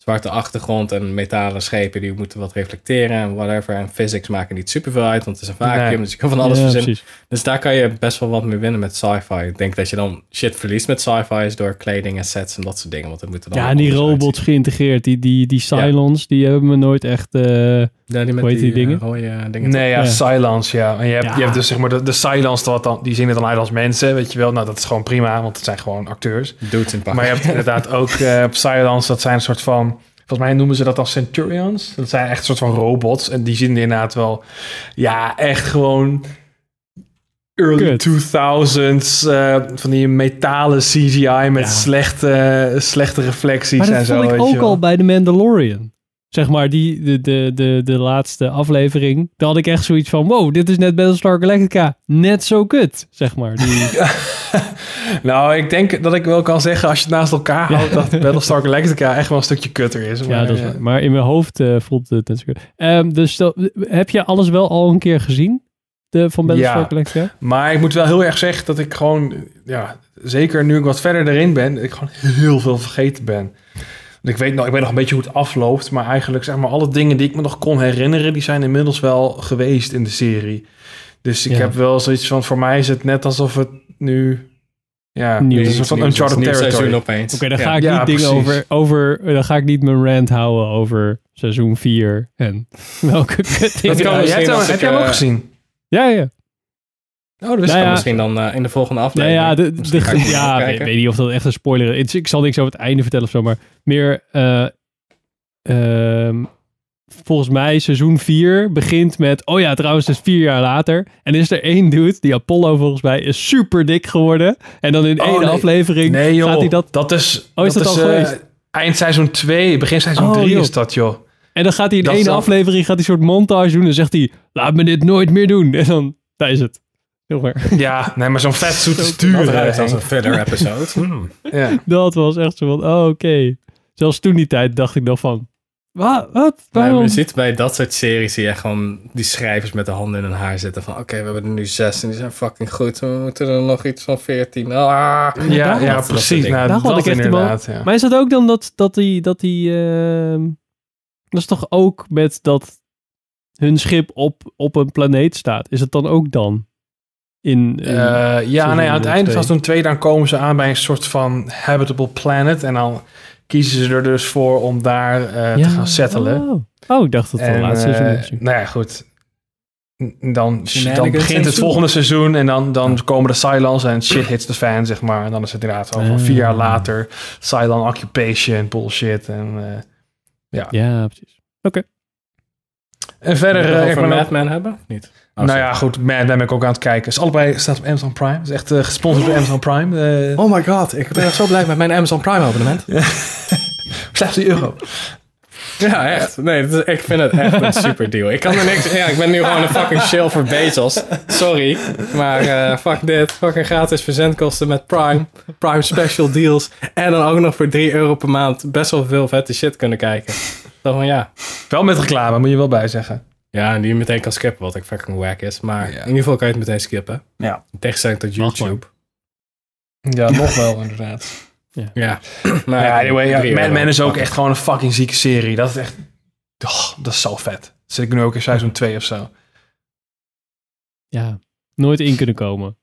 zwarte achtergrond en metalen schepen die moeten wat reflecteren en whatever. En physics maken niet superveel uit, want het is een vacuüm, dus je kan van alles verzinnen. Precies. Dus daar kan je best wel wat mee winnen met sci-fi. Ik denk dat je dan shit verliest met sci-fi is door kleding en sets en dat soort dingen. Want het moeten dan en die robots uitzien. Geïntegreerd, die Cylons, die hebben me nooit echt... die met die dingen? Rode dingen. Nee, Cylons, ja. En je hebt dus zeg maar de Cylons, die zien er dan uit als mensen, weet je wel. Nou, dat is gewoon prima, want het zijn gewoon acteurs. Dudes in pak. Maar je hebt inderdaad ook Cylons, dat zijn een soort van... Volgens mij noemen ze dat dan Centurions. Dat zijn echt een soort van robots. En die zien er inderdaad wel... Ja, echt gewoon... Early 2000s. Van die metalen CGI met slechte reflecties en zo. Maar dat vond ik ook al bij The Mandalorian. Zeg maar, de laatste aflevering. Daar had ik echt zoiets van... Wow, dit is net Battlestar Galactica. Net zo kut, zeg maar. Nou, ik denk dat ik wel kan zeggen... als je het naast elkaar houdt... dat Battlestar Galactica echt wel een stukje kutter is. Maar, dat is waar. Maar in mijn hoofd voelt het net zo kut. Dus heb je alles wel al een keer gezien? Van Battlestar Galactica? Maar ik moet wel heel erg zeggen dat ik gewoon... Ja, zeker nu ik wat verder erin ben... ik gewoon heel veel vergeten ben. Ik weet nog een beetje hoe het afloopt... maar eigenlijk zeg maar alle dingen die ik me nog kon herinneren... die zijn inmiddels wel geweest in de serie. Dus ik heb wel zoiets van... voor mij is het net alsof het nu... Ja, nieuw is een soort van Uncharted Territory. Oké, dan ga ik niet dingen over... Dan ga ik niet mijn rant houden over seizoen 4 en welke kut dingen. Heb je hem ook gezien? Ja. Oh, dus kan misschien dan in de volgende aflevering. Ik weet niet of dat echt een spoiler is. Ik zal niks over het einde vertellen of zo, maar meer... volgens mij seizoen 4 begint met... Oh ja, trouwens, het is 4 jaar later. En is er één dude, die Apollo volgens mij, is super dik geworden. En dan in één aflevering gaat hij dat... Dat is al geweest? Eind seizoen 2, begin seizoen 3 is dat, joh. En dan gaat hij in één aflevering een soort montage doen. En zegt hij, laat me dit nooit meer doen. En dan, daar is het. Ja, nee, maar zo'n vet zoete stuur. Dat ruikt als een filler episode. Ja. Dat was echt zo van, oké. Zelfs toen die tijd dacht ik nog van, wat? Waarom? Je ziet bij dat soort series zie je gewoon die schrijvers met de handen in hun haar zitten van, oké, we hebben er nu 6 en die zijn fucking goed. We moeten er nog iets van 14. Ja, precies. Nou, dat had ik echt inderdaad. Ja. Maar is dat ook dan dat die dat is toch ook met dat hun schip op een planeet staat? Is het dan ook dan? Aan het einde van seizoen 2 dan komen ze aan bij een soort van habitable planet en dan kiezen ze er dus voor om daar te gaan settelen. Oh, ik dacht dat het de laatste seizoen was. Nou ja, goed. Dan begint het volgende seizoen en dan komen de Cylons en shit hits the fan, zeg maar. En dan is het inderdaad over 4 jaar later Cylon occupation, bullshit. En, ja, precies. Oké. En verder... Over Mad Men hebben? Niet? Ja, goed. Mad Men ben ik ook aan het kijken. Dus allebei staat op Amazon Prime. Het is echt gesponsord door Amazon Prime. Oh my god, ik ben echt zo blij met mijn Amazon Prime abonnement. Slechts €1. Ja, echt. Nee, ik vind het echt een super deal. Ik kan er niks... Ja, ik ben nu gewoon een fucking shill voor Bezos. Sorry. Maar fuck dit. Fucking gratis verzendkosten met Prime. Prime special deals. En dan ook nog voor €3 per maand best wel veel vette shit kunnen kijken. Dan van ja. Wel met reclame, moet je wel bij zeggen. Ja, en die je meteen kan skippen, wat ik fucking wack is. Maar in ieder geval kan je het meteen skippen. Ja. In tegenstelling tot YouTube. Ja, nog wel inderdaad. Ja. Maar anyway, Mad Men is ook echt gewoon een fucking zieke serie. Dat is echt... dat is zo vet. Zit ik nu ook in seizoen 2 of zo. Ja, nooit in kunnen komen.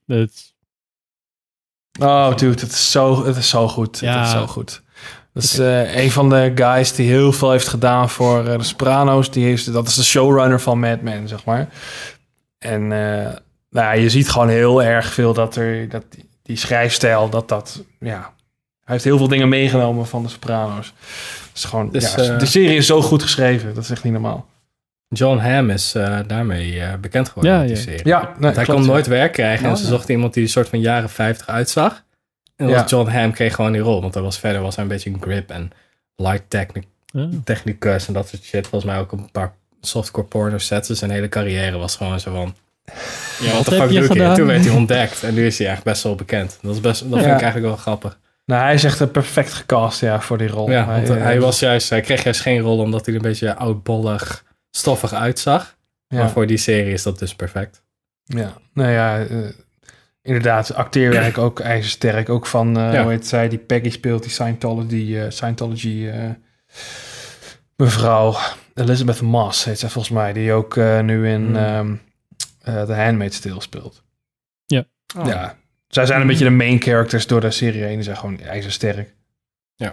Oh, dude, het is zo goed. Ja. Het is zo goed. Dat is een van de guys die heel veel heeft gedaan voor de Sopranos. Dat is de showrunner van Mad Men, zeg maar. En je ziet gewoon heel erg veel dat die schrijfstijl, hij heeft heel veel dingen meegenomen van de Sopranos. Dus gewoon, de serie is zo goed geschreven. Dat is echt niet normaal. John Hamm is daarmee bekend geworden met die serie. Ja, hij kon nooit werk krijgen en ze zochten iemand die een soort van jaren 50 uitzag. En John Hamm kreeg gewoon die rol, want verder was hij een beetje een grip en light technicus en dat soort shit. Volgens mij ook een paar softcore porno sets. Dus zijn hele carrière was gewoon zo van... Ja, wat de fuck doe ik hier? Toen werd hij ontdekt en nu is hij eigenlijk best wel bekend. Dat vind ik eigenlijk wel grappig. Nou, hij is echt perfect gecast voor die rol. Ja, want hij kreeg juist geen rol omdat hij er een beetje oudbollig, stoffig uitzag. Ja. Maar voor die serie is dat dus perfect. Ja, nou ja, inderdaad, acteerwerk ook ijzersterk. Ook van, hoe heet zij, die Peggy speelt, die Scientology mevrouw Elizabeth Moss heet zij volgens mij. Die ook nu in The Handmaid's Tale speelt. Ja. Oh. Ja. Zij zijn een beetje de main characters door de serie heen. Die zijn gewoon ijzersterk. Ja.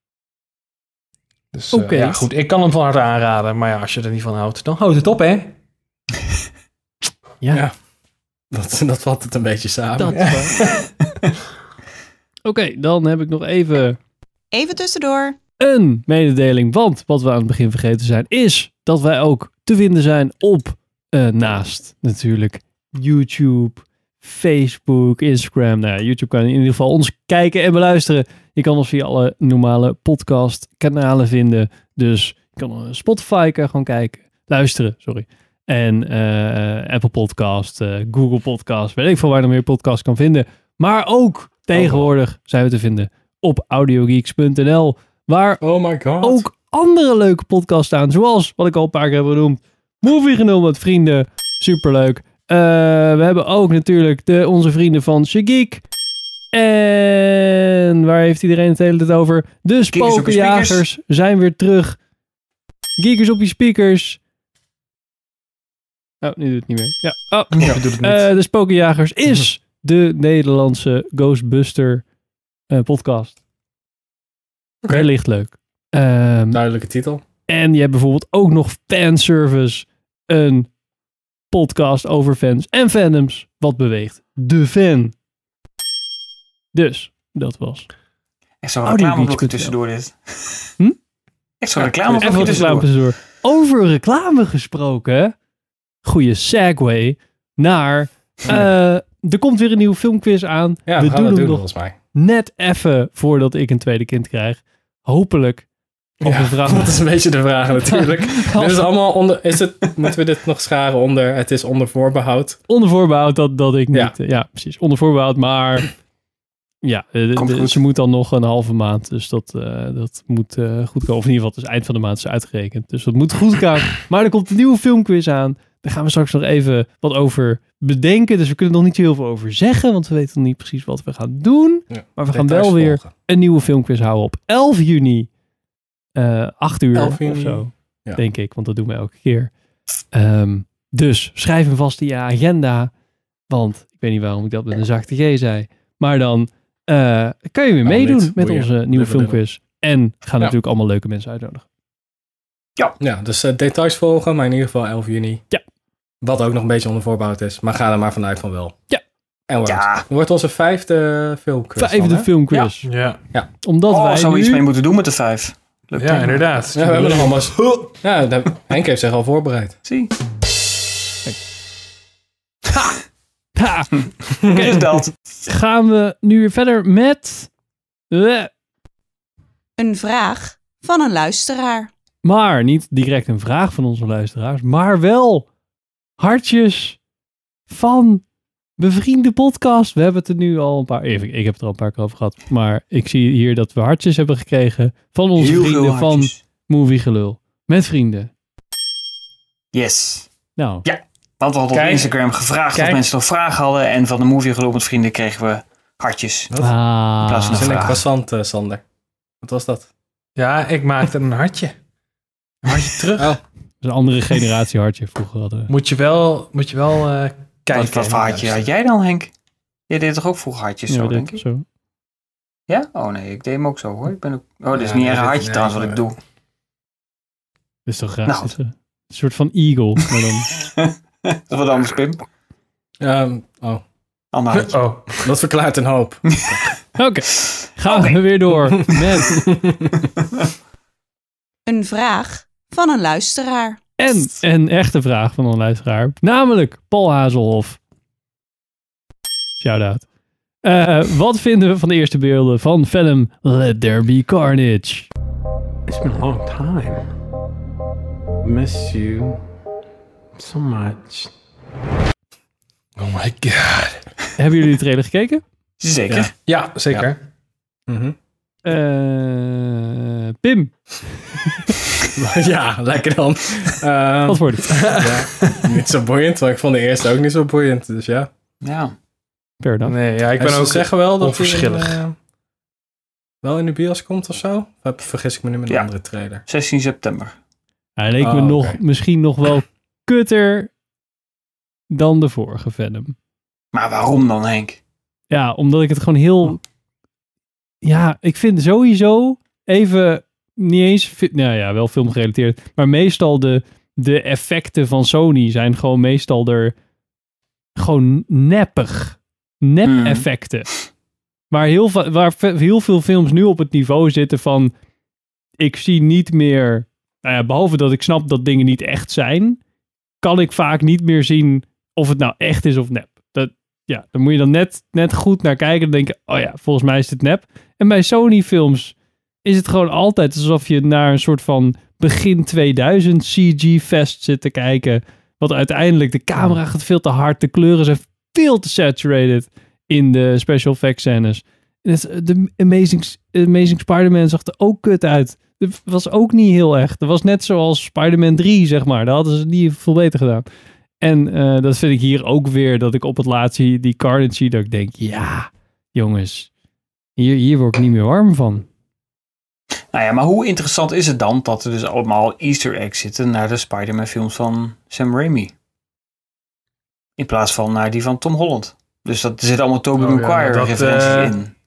Dus ja, goed. Ik kan hem van harte aanraden. Maar ja, als je er niet van houdt, dan houdt het op, hè? Ja. Dat valt het een beetje samen. Oké, dan heb ik nog even tussendoor. Een mededeling. Want wat we aan het begin vergeten zijn, is dat wij ook te vinden zijn op naast natuurlijk YouTube, Facebook, Instagram. Nou ja, YouTube kan in ieder geval ons kijken en beluisteren. Je kan ons via alle normale podcast kanalen vinden. Dus je kan Spotify gewoon kijken. Luisteren, sorry. En Apple Podcast, Google Podcast, weet ik veel waar je nog meer podcast kan vinden. Maar ook tegenwoordig zijn we te vinden op audiogeeks.nl. Waar ook andere leuke podcasts staan. Zoals, wat ik al een paar keer heb genoemd, Movie Genomen met vrienden. Superleuk. We hebben ook natuurlijk onze vrienden van Shageek. En waar heeft iedereen het hele tijd over? De Spokenjagers zijn weer terug. Geekers op je speakers. Oh, nu doet het niet meer. Ja, doet het niet. De Spokenjagers is de Nederlandse Ghostbuster podcast. Wellicht leuk. Duidelijke titel. En je hebt bijvoorbeeld ook nog Fanservice. Een podcast over fans en fandoms. Wat beweegt de fan. Dus, dat was. Echt zo'n reclameblokje tussendoor dit. Echt zo'n reclameblokje even tussendoor. Over reclame gesproken. Goeie segue naar... er komt weer een nieuwe filmquiz aan. Ja, we doen hem volgens mij. Net even voordat ik een tweede kind krijg. Hopelijk. Dat is een beetje de vraag natuurlijk. Dit is allemaal moeten we dit nog scharen onder? Het is onder voorbehoud. Onder voorbehoud dat ik niet... Ja, precies. Onder voorbehoud, maar... Ja, ze moet dan nog een halve maand. Dus dat moet goed komen. Of in ieder geval, het is eind van de maand is uitgerekend. Dus dat moet goed gaan. Maar er komt een nieuwe filmquiz aan. Daar gaan we straks nog even wat over bedenken. Dus we kunnen er nog niet zo heel veel over zeggen. Want we weten nog niet precies wat we gaan doen. Ja, maar we gaan wel weer een nieuwe filmquiz houden op 11 juni. 8 uur 11 juni. Of zo. Ja. Denk ik. Want dat doen we elke keer. Dus schrijf hem vast in je agenda. Want ik weet niet waarom ik dat met een zachte G zei. Maar dan kan je weer meedoen met onze nieuwe filmquiz. En gaan natuurlijk allemaal leuke mensen uitnodigen. Ja, dus details volgen, maar in ieder geval 11 juni. Ja. Wat ook nog een beetje onder voorbehoud is. Maar ga er maar vanuit van wel. Ja. En wordt onze 5e filmquiz. 5e filmquiz. Ja. Omdat wij zou iets mee moeten doen met de 5. Ja, inderdaad. Ja, we hebben nog allemaal... Ja, Henk heeft zich al voorbereid. Zie. Oké, gaan we nu weer verder met... Een vraag van een luisteraar. Maar niet direct een vraag van onze luisteraars, maar wel hartjes van bevriende podcast. We hebben het er nu al een paar... Ik heb het er al een paar keer over gehad, maar ik zie hier dat we hartjes hebben gekregen van onze vrienden van Movie Gelul. Met vrienden. Yes. Nou. Ja. Want we hadden op Instagram gevraagd of mensen nog vragen hadden. En van de Movie Gelul met vrienden kregen we hartjes. Wat? In plaats van een vraag. Croissant, Sander. Wat was dat? Ja, ik maakte een hartje. Een hartje terug. Dat is een andere generatie hartje vroeger hadden we. Moet je wel kijken. Wat voor hartje had jij dan, Henk? Jij deed toch ook vroeger hartjes zo, denk ik? Zo. Ja? Oh nee, ik deed hem ook zo hoor. Ik ben ook... Oh, dit is niet echt een hartje trouwens wat ik doe. Dat is toch graag. Een soort van eagle. Maar dan... Dat is wat anders, Pim. Ander hartje. Dat verklaart een hoop. Oké. Gaan we weer door met... Een vraag van een luisteraar. En een echte vraag van een luisteraar. Namelijk Paul Hazelhoff. Shout-out. Wat vinden we van de eerste beelden van film Let There Be Carnage? It's been a long time. I miss you so much. Oh my god. Hebben jullie de trailer gekeken? Zeker. Ja, zeker. Ja. Pim. Ja, lekker dan. Wat wordt het? Ja, niet zo boeiend, want ik vond de eerste ook niet zo boeiend. Dus ja. Ja. Fair enough. Nee, ja, ik ben ook zeggen wel dat onverschillig. Wel in de bios komt of zo? Of vergis ik me nu met een andere trailer? 16 september. Hij leek me misschien nog wel kutter dan de vorige Venom. Maar waarom dan, Henk? Ja, omdat ik het gewoon heel... Ja, ik vind sowieso even niet eens... Nou ja, wel filmgerelateerd. Maar meestal de effecten van Sony zijn gewoon meestal gewoon neppig. Nep-effecten. Waar heel veel films nu op het niveau zitten van... Ik zie niet meer... Nou ja, behalve dat ik snap dat dingen niet echt zijn... kan ik vaak niet meer zien of het nou echt is of nep. Dan moet je dan net goed naar kijken en denken... oh ja, volgens mij is dit nep. En bij Sony films is het gewoon altijd alsof je naar een soort van begin 2000 CG-fest zit te kijken. Want uiteindelijk, de camera gaat veel te hard. De kleuren zijn veel te saturated in de special effects scènes. De Amazing Spider-Man zag er ook kut uit. Dat was ook niet heel echt. Dat was net zoals Spider-Man 3, zeg maar. Daar hadden ze niet veel beter gedaan. En dat vind ik hier ook weer, dat ik op het laatst die Carnage zie, dat ik denk, ja, jongens, hier word ik niet meer warm van. Nou ja, maar hoe interessant is het dan dat er dus allemaal Easter eggs zitten naar de Spider-Man films van Sam Raimi? In plaats van naar die van Tom Holland. Dus er zitten allemaal Tobey Maguire referenties in.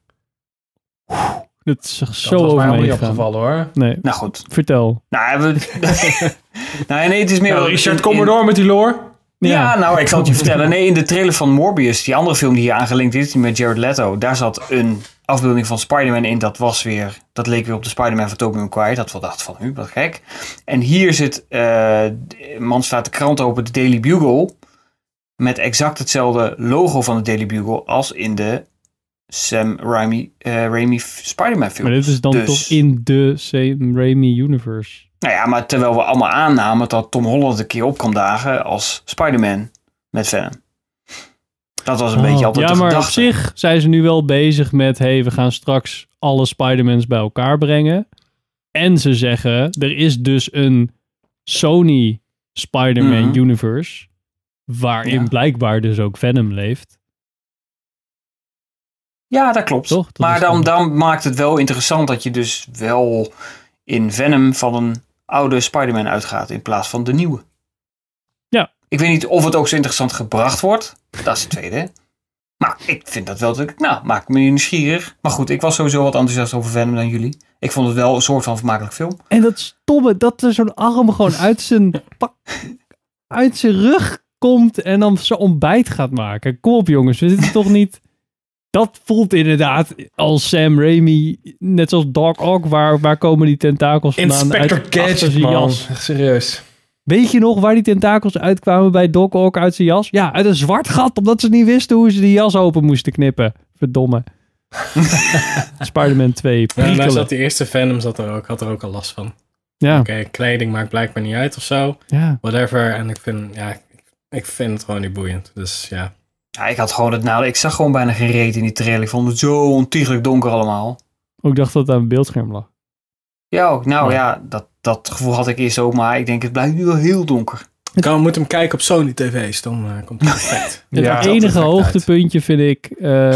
Dat is zo over mij niet opgevallen, hoor. Nee. Nou goed. Vertel. Nee, het is meer... Nou, Richard, kom maar door met die lore. Ja, nou, ik zal het je vertellen. Nee, in de trailer van Morbius, die andere film die hier aangelinkt is, die met Jared Leto, daar zat een afbeelding van Spider-Man in. Dat leek weer op de Spider-Man van Tobey Maguire. Dat we dachten van, wat gek. En hier zit, man slaat de krant open, de Daily Bugle, met exact hetzelfde logo van de Daily Bugle als in de Sam Raimi Spider-Man film. Maar dit is dan toch in de Sam Raimi universe? Nou ja, maar terwijl we allemaal aannamen dat Tom Holland een keer op kwam dagen als Spider-Man met Venom. Dat was een beetje altijd de gedachte. Ja, maar op zich zijn ze nu wel bezig met... we gaan straks alle Spider-Mans bij elkaar brengen. En ze zeggen, er is dus een Sony Spider-Man universe... waarin blijkbaar dus ook Venom leeft. Ja, dat klopt. Toch? Maar dan maakt het wel interessant dat je dus wel in Venom van een oude Spider-Man uitgaat in plaats van de nieuwe. Ja. Ik weet niet of het ook zo interessant gebracht wordt. Dat is het tweede. Maar ik vind dat wel... maakt me nieuwsgierig. Maar goed, ik was sowieso wat enthousiast over Venom dan jullie. Ik vond het wel een soort van vermakelijk film. En dat stomme, dat er zo'n arm gewoon uit zijn rug komt en dan zijn ontbijt gaat maken. Kom op jongens, we zitten toch niet... Dat voelt inderdaad als Sam Raimi, net zoals Doc Ock, waar komen die tentakels vandaan? Inspector Gadget, man. Echt serieus. Weet je nog waar die tentakels uitkwamen bij Doc Ock uit zijn jas? Ja, uit een zwart gat, omdat ze niet wisten hoe ze die jas open moesten knippen. Verdomme. Spider-Man 2. Ja, daar zat die eerste Venom had er ook al last van. Ja. Oké, kleding maakt blijkbaar niet uit of zo. Ja. Whatever. En ik vind het gewoon niet boeiend. Dus ja. Ja, ik zag gewoon bijna geen reet in die trailer. Ik vond het zo ontiegelijk donker allemaal. Ik dacht dat het aan een beeldscherm lag. Ja, dat gevoel had ik eerst ook, maar ik denk het blijft nu wel heel donker. We moeten hem kijken op Sony TV's, dan komt het perfect. Het enige hoogtepuntje vind ik...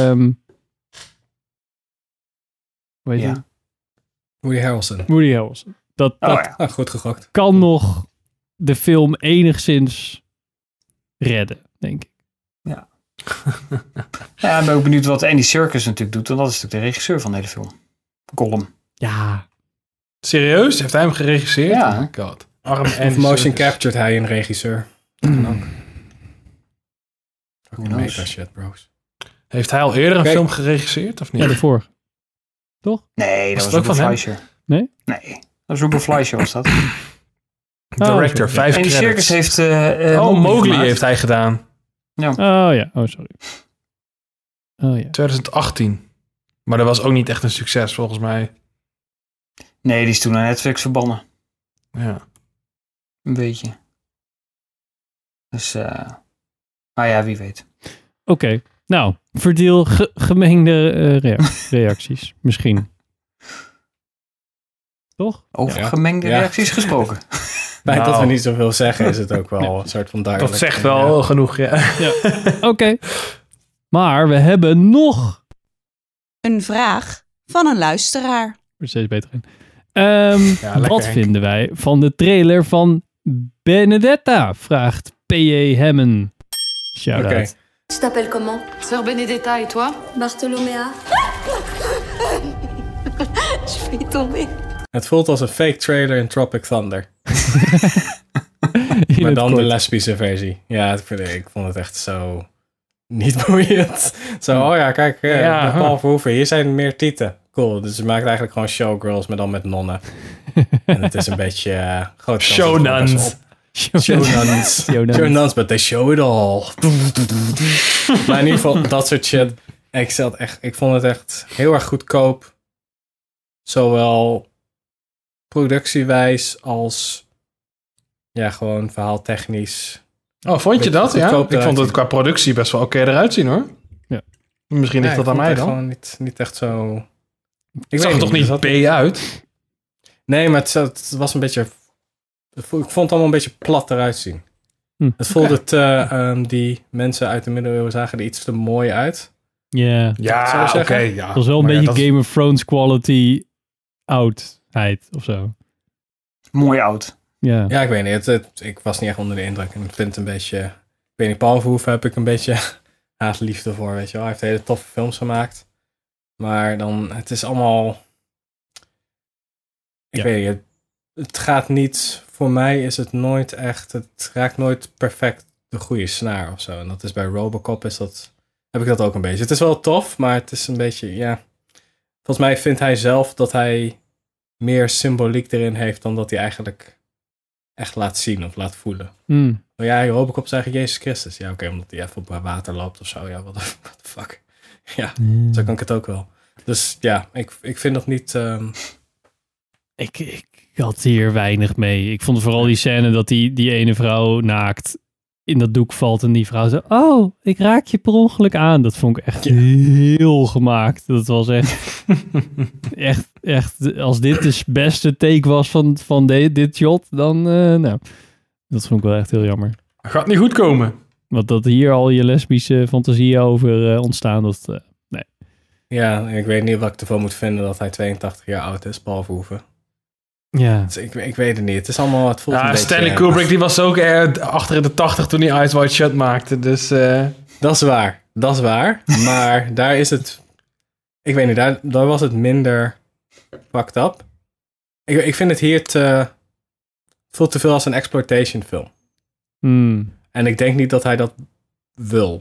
weet je? Woody Harrelson. Dat goed gegokt. Kan nog de film enigszins redden, denk ik. Ja. Ja, ik ben ook benieuwd wat Andy Serkis natuurlijk doet, want dat is natuurlijk de regisseur van de hele film. Gollum. Ja. Serieus? Heeft hij hem geregisseerd? Ja. Oh my god. Of motion captured hij een regisseur. Ook meta shit, bros. Heeft hij al eerder een film geregisseerd, of niet? Ja, de vorige. Toch? Nee, dat was Ruben Fleischer. Nee? Nee, dat was Ruben Fleischer was dat. Director, 5 credits. En die Circus heeft... Mowgli heeft hij gedaan. Ja. Oh ja, sorry. Oh ja. 2018. Maar dat was ook niet echt een succes, volgens mij. Nee, die is toen naar Netflix verbannen. Ja. Een beetje. Dus, wie weet. Oké. Nou, verdeel gemengde reacties. Misschien. Toch? Over gemengde reacties gesproken. Bij dat we niet zoveel zeggen, is het ook wel een soort van duidelijk. Dat zegt wel genoeg, ja. Oké. Maar we hebben nog... een vraag van een luisteraar. Er steeds beter in. Wat vinden wij van de trailer van Benedetta? Vraagt P.J. Hammond. Shout-out. Okay. Tu t'appelles comment? Sœur Benedetta, et toi? Bartholoméa. Je vais tomber. Het voelt als een fake trailer in Tropic Thunder. Maar dan de lesbische versie. Ja, ik vond het echt zo niet boeiend. Zo, oh ja, kijk, Paul Verhoeven, hier zijn meer tieten. Cool, dus ze maakt eigenlijk gewoon showgirls, maar dan met nonnen. En het is een beetje... Shownuns. Shownuns, but they show it all. Maar in ieder geval, dat soort shit. Ik vond het echt heel erg goedkoop. Zowel productiewijs als gewoon verhaaltechnisch. Oh, vond je dat? Ja? Ik vond het qua productie best wel oké eruit zien, hoor. Ja. Misschien ligt dat aan mij dan. Gewoon niet echt zo... Ik zag er toch niet B uit? Nee, maar het was een beetje... Ik vond het allemaal een beetje plat eruit zien. Het voelde die mensen uit de middeleeuwen zagen er iets te mooi uit. Ja, oké. Het was wel een beetje Game of Thrones quality oudheid of zo. Mooi oud. Ja, ik weet niet. Ik was niet echt onder de indruk. En ik vind het een beetje... Ik weet niet, Paul Verhoeven heb ik een beetje haatliefde voor, weet je wel. Hij heeft hele toffe films gemaakt. Maar dan, het is allemaal... Ik weet niet, het gaat niet... Voor mij is het nooit echt... Het raakt nooit perfect de goede snaar of zo. En dat is bij Robocop heb ik dat ook een beetje. Het is wel tof, maar het is een beetje, Volgens mij vindt hij zelf dat hij meer symboliek erin heeft dan dat hij eigenlijk echt laat zien of laat voelen. Maar ja, Robocop is eigenlijk Jezus Christus. Ja, oké, omdat hij even op water loopt of zo. Ja, what the fuck. Ja, zo kan ik het ook wel. Dus ja, ik vind dat niet... Ik had hier weinig mee. Ik vond vooral die scène dat die ene vrouw naakt in dat doek valt en die vrouw zo... Oh, ik raak je per ongeluk aan. Dat vond ik echt heel gemaakt. Dat was echt... echt... Als dit de beste take was van dit shot, dan... nou, dat vond ik wel echt heel jammer. Gaat niet goed komen. Want dat hier al je lesbische fantasieën over ontstaan, dat... nee. Ja, ik weet niet wat ik ervan moet vinden dat hij 82 jaar oud is, Paul Verhoeven. Ja. Dus ik weet het niet. Het is allemaal... Het voelt een beetje, Stanley Kubrick die was ook achter in de 80 toen hij Eyes Wide Shut maakte. Dus, Dat is waar. Maar daar is het... Ik weet niet, daar was het minder fucked up. Ik vind het hier het voelt te veel als een exploitation film. En ik denk niet dat hij dat wil.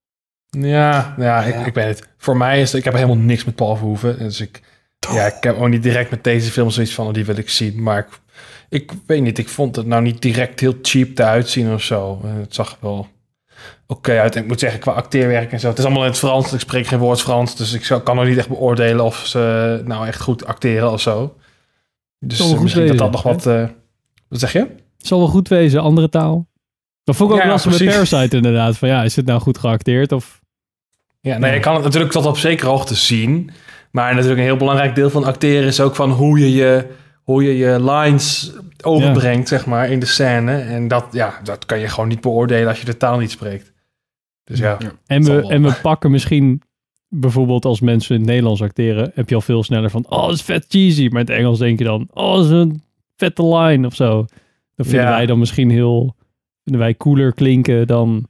Ja. Ik weet het. Voor mij is ik heb helemaal niks met Paul Verhoeven. Dus ik heb ook niet direct met deze film zoiets van, die wil ik zien. Maar ik weet niet, ik vond het nou niet direct heel cheap eruit zien of zo. Het zag wel oké uit. En ik moet zeggen, qua acteerwerk en zo. Het is allemaal in het Frans. Ik spreek geen woord Frans. Dus ik kan nog niet echt beoordelen of ze nou echt goed acteren of zo. Dus misschien dat nog wat... wat zeg je? Het zal wel goed wezen, andere taal. Dat vond ik ook lastig met Parasite inderdaad. Van is het nou goed geacteerd of... Ja, nee, je kan het natuurlijk tot op zekere hoogte zien. Maar natuurlijk een heel belangrijk deel van acteren is ook van hoe je je lines overbrengt, zeg maar, in de scène. En dat kan je gewoon niet beoordelen als je de taal niet spreekt. Dus ja. En we pakken misschien, bijvoorbeeld als mensen in het Nederlands acteren, heb je al veel sneller van, dat is vet cheesy. Maar in het Engels denk je dan, dat is een vette line of zo. Dan vinden wij dan misschien vinden wij cooler klinken dan...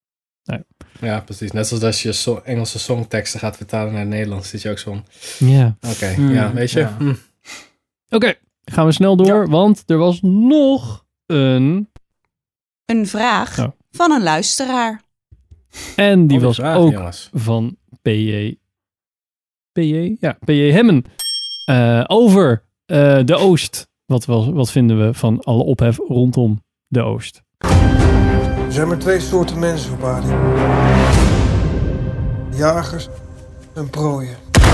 Ja, precies. Net zoals als je Engelse songteksten gaat vertalen naar het Nederlands, zit je ook zo'n... Ja. Oké, weet je. Ja. Oké, gaan we snel door, want er was nog een vraag van een luisteraar. En die was ook jongens. van P.J. P.J. Hammond. Over de Oost. Wat vinden we van alle ophef rondom de Oost? Er zijn maar 2 soorten mensen op aarde. Jagers en prooien.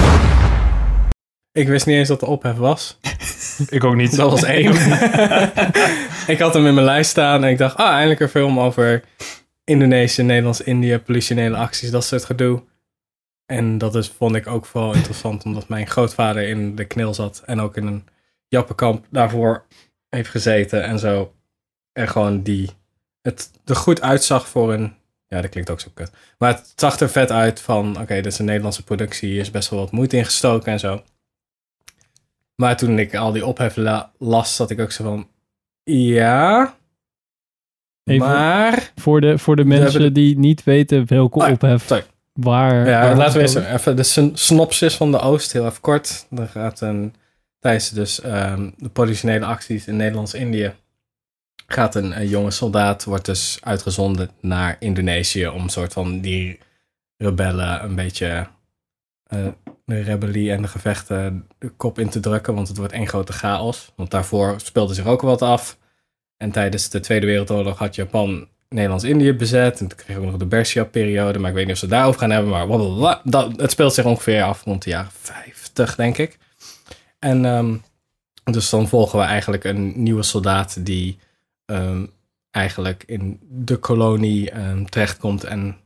Ik wist niet eens dat de ophef was. Ik ook niet. Dat was 1. Ik had hem in mijn lijst staan en ik dacht, eindelijk een film over Indonesië, Nederlands-Indië, politionele acties, dat soort gedoe. En dat vond ik ook vooral interessant, omdat mijn grootvader in de KNIL zat en ook in een jappenkamp daarvoor heeft gezeten en zo. En gewoon het er goed uitzag voor een... Ja, dat klinkt ook zo kut. Maar het zag er vet uit van... Oké, dit is een Nederlandse productie. Hier is best wel wat moeite in gestoken en zo. Maar toen ik al die ophef las, zat ik ook zo van... Ja... Even maar... Voor de mensen die niet weten welke ophef... Waar... Ja, laten we even de synopsis van de Oost heel even kort. Er gaat tijdens dus de politionele acties in Nederlands-Indië... gaat een jonge soldaat, wordt dus uitgezonden naar Indonesië... om een soort van die rebellen een beetje... de rebellie en de gevechten de kop in te drukken... want het wordt één grote chaos. Want daarvoor speelde zich ook wat af... En tijdens de Tweede Wereldoorlog had Japan Nederlands-Indië bezet. En toen kreeg we nog de Bersia-periode. Maar ik weet niet of ze het daarover gaan hebben. Maar het speelt zich ongeveer af rond de jaren 50, denk ik. En dus dan volgen we eigenlijk een nieuwe soldaat... die eigenlijk in de kolonie terechtkomt... en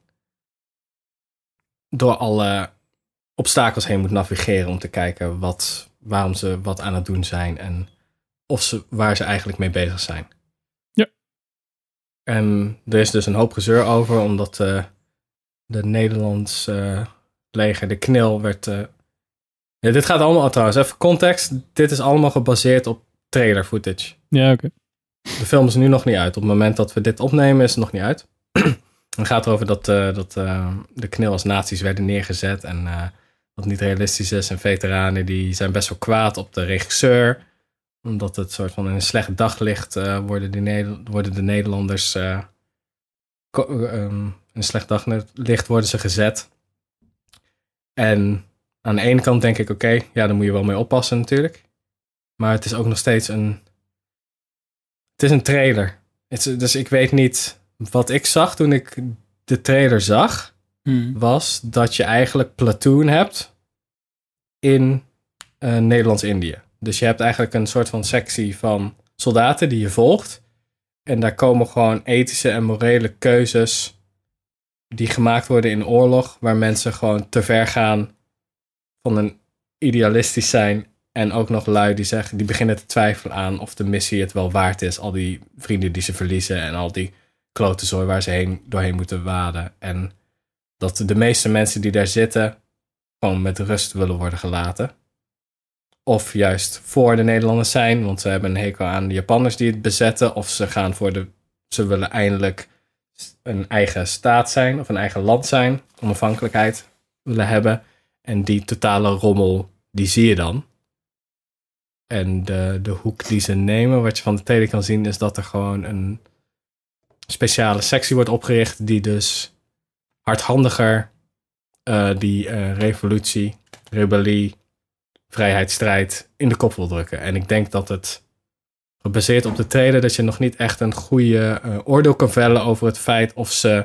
door alle obstakels heen moet navigeren... om te kijken waarom ze wat aan het doen zijn... en waar ze eigenlijk mee bezig zijn. En er is dus een hoop gezeur over, omdat de Nederlandse leger, de KNIL, werd... Ja, dit gaat allemaal trouwens, even context. Dit is allemaal gebaseerd op trailer footage. Ja, oké. De film is nu nog niet uit. Op het moment dat we dit opnemen is het nog niet uit. Het gaat erover dat de KNIL als nazi's werden neergezet en dat het niet realistisch is. En veteranen die zijn best wel kwaad op de regisseur... Omdat het soort van in een slecht daglicht worden de Nederlanders... in een slecht daglicht worden ze gezet. En aan de ene kant denk ik, oké, daar moet je wel mee oppassen natuurlijk. Maar het is ook nog steeds een trailer. Dus ik weet niet wat ik zag toen ik de trailer zag... was dat je eigenlijk Platoon hebt in Nederlands-Indië. Dus je hebt eigenlijk een soort van sectie van soldaten die je volgt. En daar komen gewoon ethische en morele keuzes die gemaakt worden in oorlog. Waar mensen gewoon te ver gaan van een idealistisch zijn. En ook nog lui die beginnen te twijfelen aan of de missie het wel waard is. Al die vrienden die ze verliezen en al die klote zooi waar ze doorheen moeten waden. En dat de meeste mensen die daar zitten gewoon met rust willen worden gelaten. Of juist voor de Nederlanders zijn, want ze hebben een hekel aan de Japanners die het bezetten. Of ze gaan ze willen eindelijk een eigen staat zijn of een eigen land zijn. Onafhankelijkheid willen hebben. En die totale rommel, die zie je dan. En de hoek die ze nemen, wat je van de trailer kan zien, is dat er gewoon een speciale sectie wordt opgericht die dus hardhandiger die revolutie, rebellie, vrijheidsstrijd in de kop wil drukken. En ik denk dat het gebaseerd op de trailer dat je nog niet echt een goede oordeel kan vellen over het feit of ze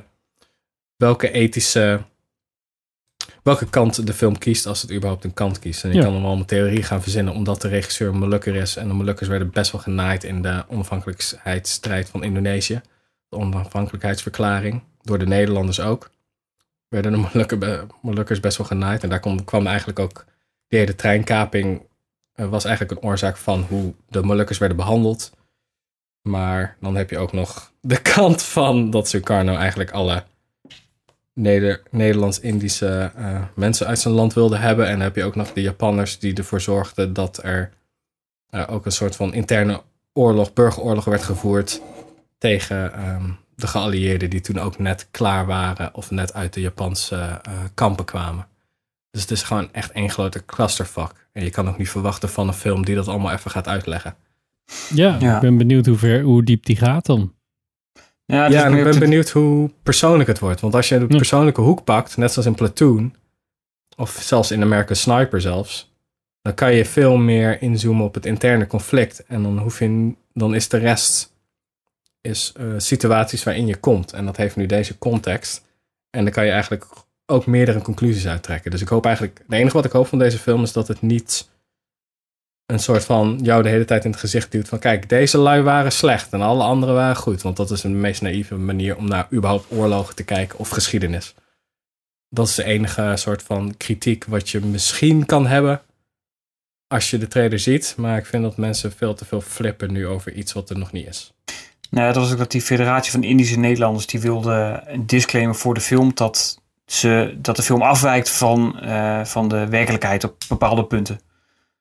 welke kant de film kiest als het überhaupt een kant kiest. En je kan dan allemaal theorie gaan verzinnen omdat de regisseur een Molukker is. En de Molukkers werden best wel genaaid in de onafhankelijkheidsstrijd van Indonesië. De onafhankelijkheidsverklaring. Door de Nederlanders ook. Werden de Molukkers best wel genaaid. En daar kwam eigenlijk ook de hele treinkaping was eigenlijk een oorzaak van hoe de Molukkers werden behandeld. Maar dan heb je ook nog de kant van dat Sukarno eigenlijk alle Nederlands-Indische mensen uit zijn land wilde hebben. En dan heb je ook nog de Japanners die ervoor zorgden dat er ook een soort van interne burgeroorlog werd gevoerd tegen de geallieerden die toen ook net klaar waren of net uit de Japanse kampen kwamen. Dus het is gewoon echt één grote clusterfuck. En je kan ook niet verwachten van een film die dat allemaal even gaat uitleggen. Ja. Ik ben benieuwd hoe diep die gaat dan. Ja, en ik ben benieuwd hoe persoonlijk het wordt. Want als je de persoonlijke hoek pakt, net zoals in Platoon, of zelfs in American Sniper zelfs, dan kan je veel meer inzoomen op het interne conflict. En dan is de rest situaties waarin je komt. En dat heeft nu deze context. En dan kan je eigenlijk ook meerdere conclusies uittrekken. Dus ik hoop eigenlijk, het enige wat ik hoop van deze film is dat het niet een soort van jou de hele tijd in het gezicht duwt van kijk, deze lui waren slecht en alle anderen waren goed. Want dat is de meest naïeve manier om naar überhaupt oorlogen te kijken of geschiedenis. Dat is de enige soort van kritiek wat je misschien kan hebben als je de trailer ziet. Maar ik vind dat mensen veel te veel flippen nu over iets wat er nog niet is. Nou, dat was ook dat die Federatie van Indische Nederlanders die wilde een disclaimer voor de film dat de film afwijkt van de werkelijkheid op bepaalde punten.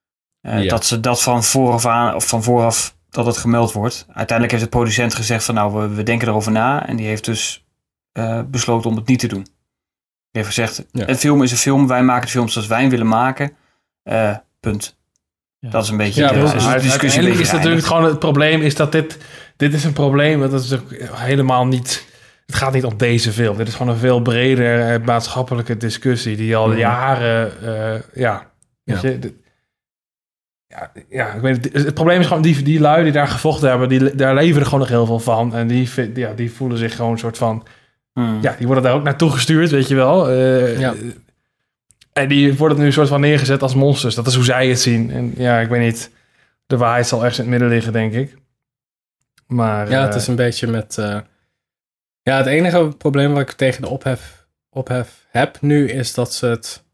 Dat ze dat van vooraf dat het gemeld wordt. Uiteindelijk heeft de producent gezegd van nou, we denken erover na. En die heeft dus besloten om het niet te doen. Die heeft gezegd, een film is een film. Wij maken de films zoals wij hem willen maken. Punt. Ja. Dat is een beetje de discussie. Uiteindelijk is natuurlijk gewoon het probleem is dat dit is een probleem. Dat is ook helemaal niet... Het gaat niet om deze film. Dit is gewoon een veel breder maatschappelijke discussie die al jaren... ik weet het probleem is gewoon die lui die daar gevochten hebben, daar leven er gewoon nog heel veel van. En die voelen zich gewoon een soort van... Ja, die worden daar ook naartoe gestuurd, weet je wel. En die worden nu een soort van neergezet als monsters. Dat is hoe zij het zien. En ja, ik weet niet. De waarheid zal ergens in het midden liggen, denk ik. Maar... Ja, het is een beetje met... het enige probleem wat ik tegen de ophef heb nu is dat ze het...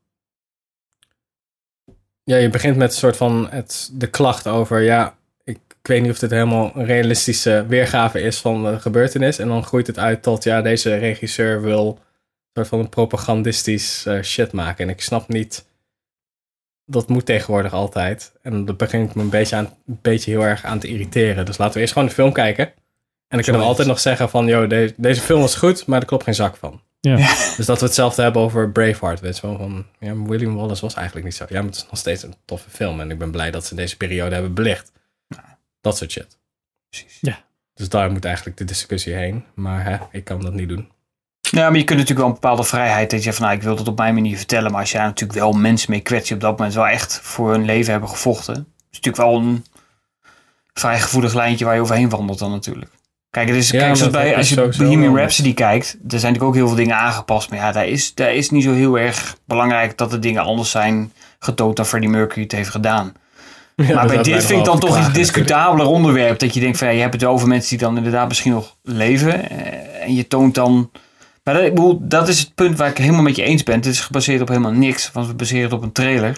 Ja, je begint met een soort van de klacht over... Ja, ik weet niet of dit helemaal een realistische weergave is van de gebeurtenis. En dan groeit het uit tot... Ja, deze regisseur wil een soort van een propagandistisch shit maken. En ik snap niet... Dat moet tegenwoordig altijd. En dat begint me een beetje heel erg aan te irriteren. Dus laten we eerst gewoon de film kijken. En dan kunnen we altijd nog zeggen van... Deze film was goed, maar er klopt geen zak van. Ja. Dus dat we hetzelfde hebben over Braveheart. Weet je wel, van William Wallace was eigenlijk niet zo. Ja, maar het is nog steeds een toffe film. En ik ben blij dat ze deze periode hebben belicht. Dat soort shit. Precies. Ja. Dus daar moet eigenlijk de discussie heen. Maar ik kan dat niet doen. Ja, maar je kunt natuurlijk wel een bepaalde vrijheid. Dat je zegt van ik wil dat op mijn manier vertellen. Maar als je daar natuurlijk wel mensen mee kwetst die op dat moment wel echt voor hun leven hebben gevochten. Dat is natuurlijk wel een vrij gevoelig lijntje waar je overheen wandelt dan natuurlijk. Kijk, als je Bohemian Rhapsody kijkt, er zijn natuurlijk ook heel veel dingen aangepast. Maar ja, daar is niet zo heel erg belangrijk dat de dingen anders zijn getoond dan Freddie Mercury het heeft gedaan. Ja, maar bij dit vind ik dan toch iets discutabeler onderwerp. Dat je denkt van je hebt het over mensen die dan inderdaad misschien nog leven. En je toont dan... Maar dat is het punt waar ik helemaal met je eens ben. Het is gebaseerd op helemaal niks, want we baseren het op een trailer.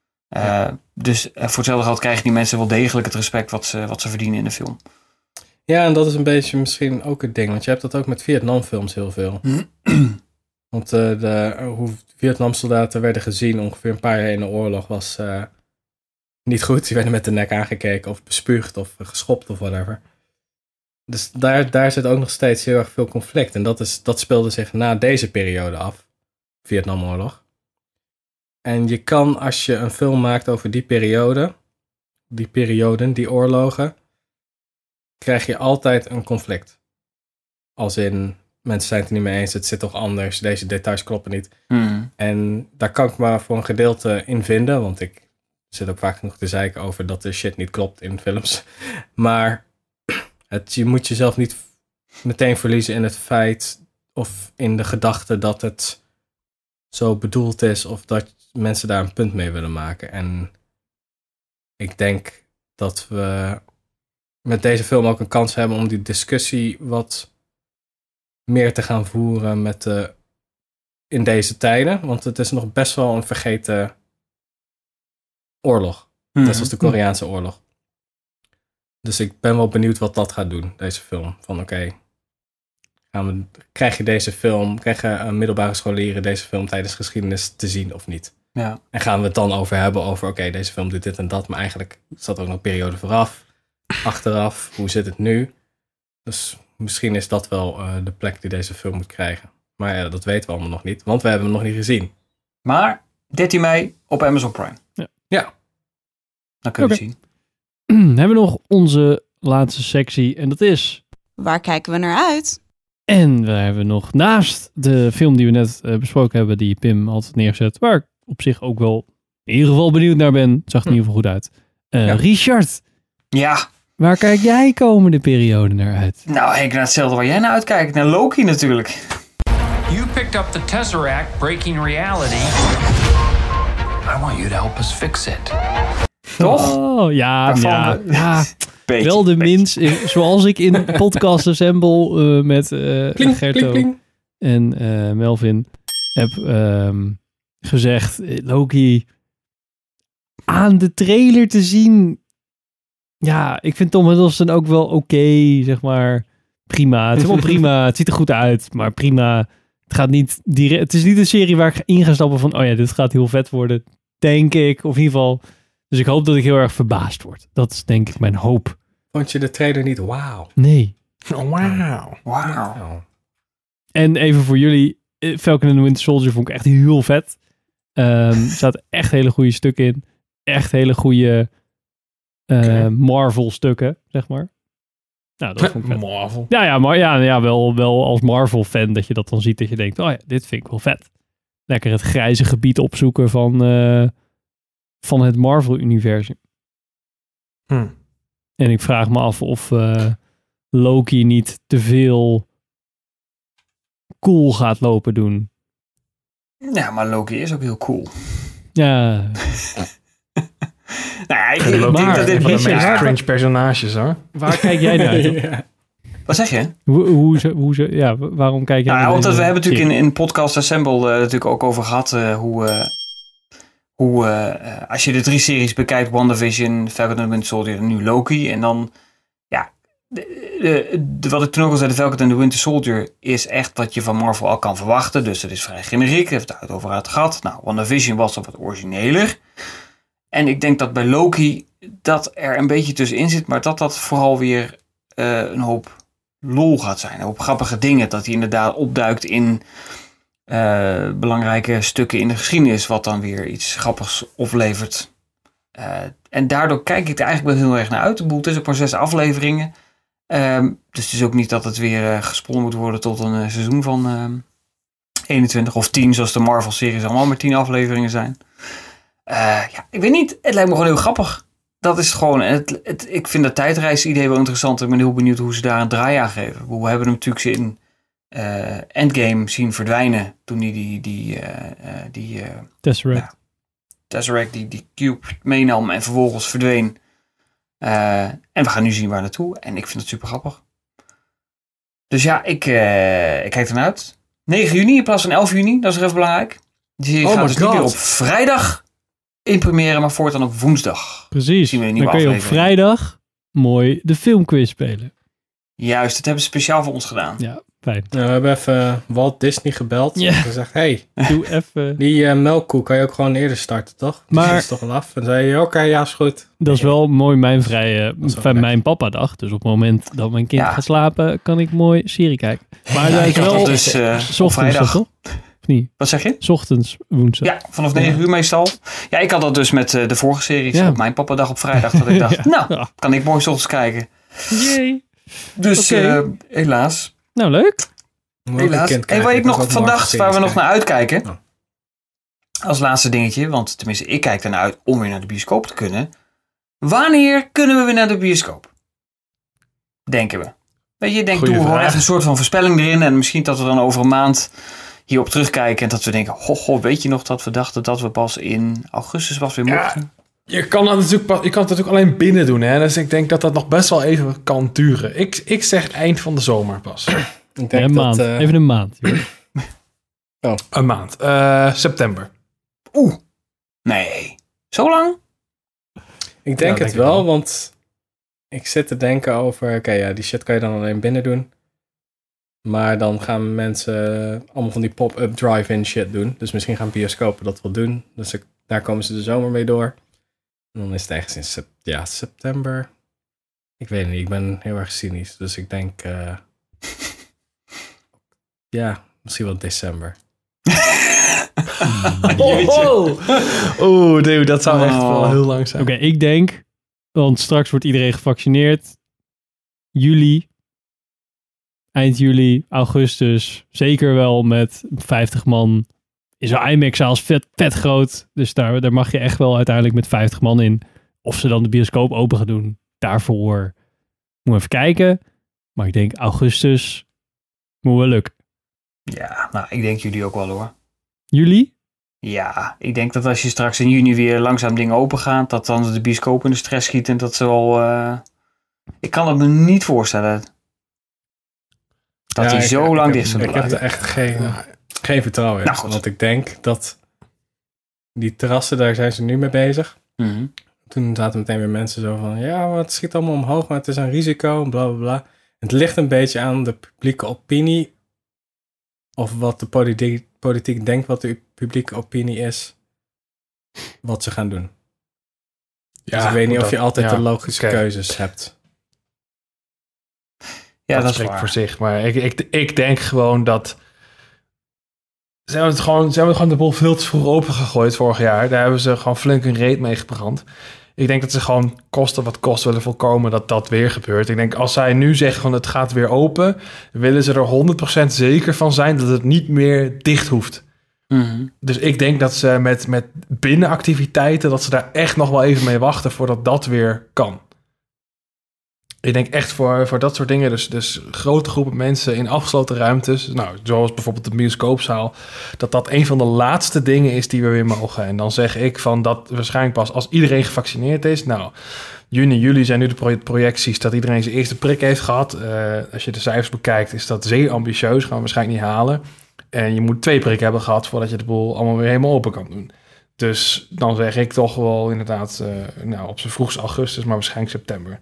Dus voor hetzelfde geld krijgen die mensen wel degelijk het respect wat ze verdienen in de film. Ja, en dat is een beetje misschien ook het ding. Want je hebt dat ook met Vietnamfilms heel veel. Want hoe Vietnamsoldaten werden gezien ongeveer een paar jaar in de oorlog was niet goed. Die werden met de nek aangekeken of bespuugd of geschopt of whatever. Dus daar zit ook nog steeds heel erg veel conflict. En dat speelde zich na deze periode af. Vietnamoorlog. En je kan, als je een film maakt over die perioden, die oorlogen, krijg je altijd een conflict. Als in, mensen zijn het er niet mee eens, het zit toch anders, deze details kloppen niet. En daar kan ik maar voor een gedeelte in vinden, want ik zit ook vaak genoeg te zeiken over dat de shit niet klopt in films. Maar je moet jezelf niet meteen verliezen in het feit of in de gedachte dat het zo bedoeld is of dat mensen daar een punt mee willen maken. En ik denk dat we met deze film ook een kans hebben om die discussie wat meer te gaan voeren in deze tijden. Want het is nog best wel een vergeten oorlog. Net zoals de Koreaanse oorlog. Dus ik ben wel benieuwd wat dat gaat doen, deze film. Van krijgen middelbare scholieren deze film tijdens geschiedenis te zien of niet? Ja. En gaan we het dan over hebben over, deze film doet dit en dat, maar eigenlijk zat er ook nog een periode vooraf, achteraf, hoe zit het nu? Dus misschien is dat wel de plek die deze film moet krijgen. Maar ja, dat weten we allemaal nog niet, want we hebben hem nog niet gezien. Maar 13 mei op Amazon Prime. Ja. Dan kun je het zien. Hebben we nog onze laatste sectie en dat is... Waar kijken we naar uit? En we hebben nog naast de film die we net besproken hebben, die Pim altijd neerzet, waar ik op zich ook wel in ieder geval benieuwd naar ben. Het zag er in ieder geval goed uit. Richard. Ja. Waar kijk jij komende periode naar uit? Nou, Henk, naar hetzelfde waar jij naar uitkijkt. Naar Loki natuurlijk. You picked up the Tesseract, breaking reality. I want you to help us fix it. Toch? Oh, ja. Wel de minst, zoals ik in Podcast Assemble met Gerto en Melvin heb gezegd, Loki aan de trailer te zien. Ja, ik vind Tom Hiddleston ook wel oké, zeg maar. Prima. Het is wel prima. Het ziet er goed uit, maar prima. Het gaat niet direct. Het is niet een serie waar ik in ga stappen van, dit gaat heel vet worden, denk ik. Of in ieder geval, Dus ik hoop dat ik heel erg verbaasd word. Dat is denk ik mijn hoop. Vond je de trailer niet wauw? Nee. Wauw. En even voor jullie, Falcon and the Winter Soldier vond ik echt heel vet. Er zaten echt hele goede stukken in. Echt hele goede Marvel stukken, zeg maar. Nou, dat vond ik vet. Marvel. Ja, wel als Marvel fan dat je dat dan ziet dat je denkt, oh ja, dit vind ik wel vet. Lekker het grijze gebied opzoeken van het Marvel-universum. En ik vraag me af of Loki niet te veel cool gaat lopen doen. Ja, maar Loki is ook heel cool. Ja. Nou, ik denk dat dit van de meest cringe personages, hoor. Waar kijk jij naar uit? Ja. Wat zeg je? Waarom kijk jij naar want we hebben natuurlijk in Podcast Assemble natuurlijk ook over gehad hoe als je de 3 series bekijkt, WandaVision, Falcon and the Winter Soldier en nu Loki, en dan wat ik toen ook al zei, de Falcon and the Winter Soldier is echt wat je van Marvel al kan verwachten, dus dat is vrij generiek, heeft het over het gehad. Nou, WandaVision was wat origineler. En ik denk dat bij Loki dat er een beetje tussenin zit, maar dat vooral weer een hoop lol gaat zijn. Een hoop grappige dingen. Dat hij inderdaad opduikt in belangrijke stukken in de geschiedenis, wat dan weer iets grappigs oplevert. En daardoor kijk ik er eigenlijk wel heel erg naar uit. Het is ook maar 6 afleveringen. Dus het is ook niet dat het weer gesponnen moet worden tot een seizoen van 21 of 10, zoals de Marvel-series allemaal met 10 afleveringen zijn. Ik weet niet. Het lijkt me gewoon heel grappig. Dat is gewoon... ik vind dat tijdreisidee wel interessant. Ik ben heel benieuwd hoe ze daar een draai aan geven. We hebben hem natuurlijk in Endgame zien verdwijnen. Toen hij die Tesseract. Tesseract die Cube meenam en vervolgens verdween. En we gaan nu zien waar naartoe. En ik vind het super grappig. Dus ja, ik kijk ernaar uit. 9 juni in plaats van 11 juni. Dat is even belangrijk. Die gaat dus niet meer op vrijdag in première, maar voortaan op woensdag. Precies. Zien we een Dan nieuwe kun je op vrijdag mooi de filmquiz spelen. Juist, dat hebben ze speciaal voor ons gedaan. Ja, fijn. We hebben even Walt Disney gebeld. Ja. En gezegd, hey, doe even. Die melkkoe kan je ook gewoon eerder starten, toch? Maar dat is toch al af. En zei je, oké, ja, is goed. Dat is wel mooi mijn papa-dag. Dus op het moment dat mijn kind gaat slapen, kan ik mooi serie kijken. Maar dat is wel dus, ochtends, vrijdag. toch? Of niet? Wat zeg je? 's Ochtends, woensdag. Ja, vanaf 9 uur meestal. Ja, ik had dat dus met de vorige series op mijn papa-dag op vrijdag. Dat ik dacht, kan ik mooi 's ochtends kijken. Jee. Dus helaas. Nou, leuk. Helaas. En waar ik nog van dacht, waar we nog naar uitkijken. Als laatste dingetje, want tenminste ik kijk ernaar uit om weer naar de bioscoop te kunnen. Wanneer kunnen we weer naar de bioscoop? Denken we. Weet je, doen we gewoon echt een soort van voorspelling erin. En misschien dat we dan over een maand hierop terugkijken. En dat we denken, weet je nog dat we dachten dat we pas in augustus weer mochten? Je kan het natuurlijk alleen binnen doen. Hè? Dus ik denk dat dat nog best wel even kan duren. Ik zeg eind van de zomer pas. Ik denk maand. Even een maand. Een maand. September. Nee. Zo lang? Ik denk het wel, want ik zit te denken over... Oké, die shit kan je dan alleen binnen doen. Maar dan gaan mensen allemaal van die pop-up drive-in shit doen. Dus misschien gaan bioscopen dat wel doen. Dus daar komen ze de zomer mee door. En dan is het ergens in september. Ik weet het niet, ik ben heel erg cynisch. Dus ik denk... misschien wel december. Dude, dat zou echt wel heel lang zijn. Oké, ik denk... Want straks wordt iedereen gevaccineerd. Juli... Eind juli, augustus, zeker wel met 50 man. Is een IMAX-zaal vet groot. Dus daar mag je echt wel uiteindelijk met 50 man in. Of ze dan de bioscoop open gaan doen. Daarvoor moeten we even kijken. Maar ik denk augustus moet wel lukken. Ja, nou, ik denk jullie ook wel hoor. Juli? Ja, ik denk dat als je straks in juni weer langzaam dingen open gaat, dat dan de bioscoop in de stress schiet en dat ze al... ik kan het me niet voorstellen. Dat hij zo lang dicht zou blijven. Ik heb er echt geen vertrouwen in. Nou, want ik denk dat die terrassen, daar zijn ze nu mee bezig. Mm-hmm. Toen zaten meteen weer mensen zo van... Ja, maar het schiet allemaal omhoog, maar het is een risico. Bla, bla, bla. Het ligt een beetje aan de publieke opinie. Of wat de politiek denkt wat de publieke opinie is. Wat ze gaan doen. Dus ik weet niet of je altijd de logische keuzes hebt. Ja, dat spreekt voor zich. Maar ik denk gewoon dat... Ze hebben gewoon de boel veel te vroeg opengegooid vorig jaar. Daar hebben ze gewoon flink een reet mee gebrand. Ik denk dat ze gewoon kosten wat kost willen voorkomen dat dat weer gebeurt. Ik denk als zij nu zeggen van het gaat weer open, willen ze er 100% zeker van zijn dat het niet meer dicht hoeft. Mm-hmm. Dus ik denk dat ze met binnenactiviteiten, dat ze daar echt nog wel even mee wachten voordat dat weer kan. Ik denk echt voor dat soort dingen, dus grote groepen mensen in afgesloten ruimtes, nou, zoals bijvoorbeeld de bioscoopzaal, dat een van de laatste dingen is die we weer mogen. En dan zeg ik van dat waarschijnlijk pas als iedereen gevaccineerd is. Nou, juni, juli zijn nu de projecties dat iedereen zijn eerste prik heeft gehad. Als je de cijfers bekijkt, is dat zeer ambitieus, gaan we waarschijnlijk niet halen. En je moet 2 prikken hebben gehad voordat je de boel allemaal weer helemaal open kan doen. Dus dan zeg ik toch wel inderdaad, op z'n vroegst augustus, maar waarschijnlijk september.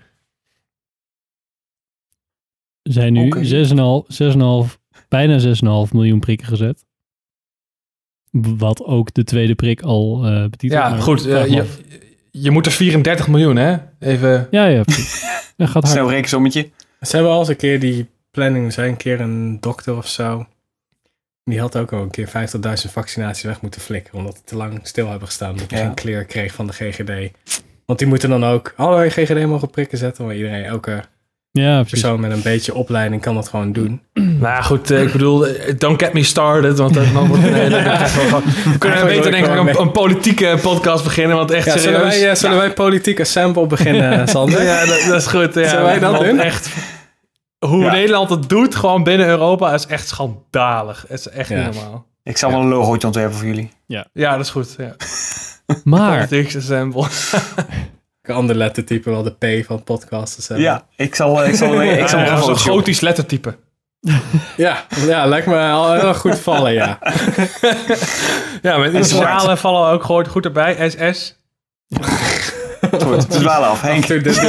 Er zijn nu 6,5, bijna 6,5 miljoen prikken gezet. Wat ook de tweede prik al betitelt. Ja, goed. Je moet er 34 miljoen, hè? Even... Ja. Dat gaat hard. Zo'n rekensommetje. Ze hebben al eens een keer die planning. Er zijn een keer een dokter of zo. Die had ook al een keer 50.000 vaccinaties weg moeten flikken. Omdat ze te lang stil hebben gestaan. Omdat je geen clear kreeg van de GGD. Want die moeten dan ook allerlei GGD mogen prikken zetten. Maar iedereen, elke persoon met een beetje opleiding kan dat gewoon doen. Nou goed, ik bedoel, don't get me started. Want dan wordt we kunnen beter denk ik een politieke podcast beginnen. Want echt serieus. Zullen wij politiek assemble beginnen, Sander? Ja, dat is goed. Ja. Zullen wij dat doen? Echt, hoe Nederland het doet, gewoon binnen Europa, is echt schandalig. Het is echt niet normaal. Ik zal wel een logootje ontwerpen voor jullie. Ja, dat is goed. Ja. Maar... Politics assemble. Een ander lettertype, wel de P van podcasts. Ja, ik zal zo'n gotisch lettertype. Ja, lijkt me al heel goed vallen, ja. Ja, met initialen vallen ook gewoon goed erbij. SS. Het is wel af, Henk.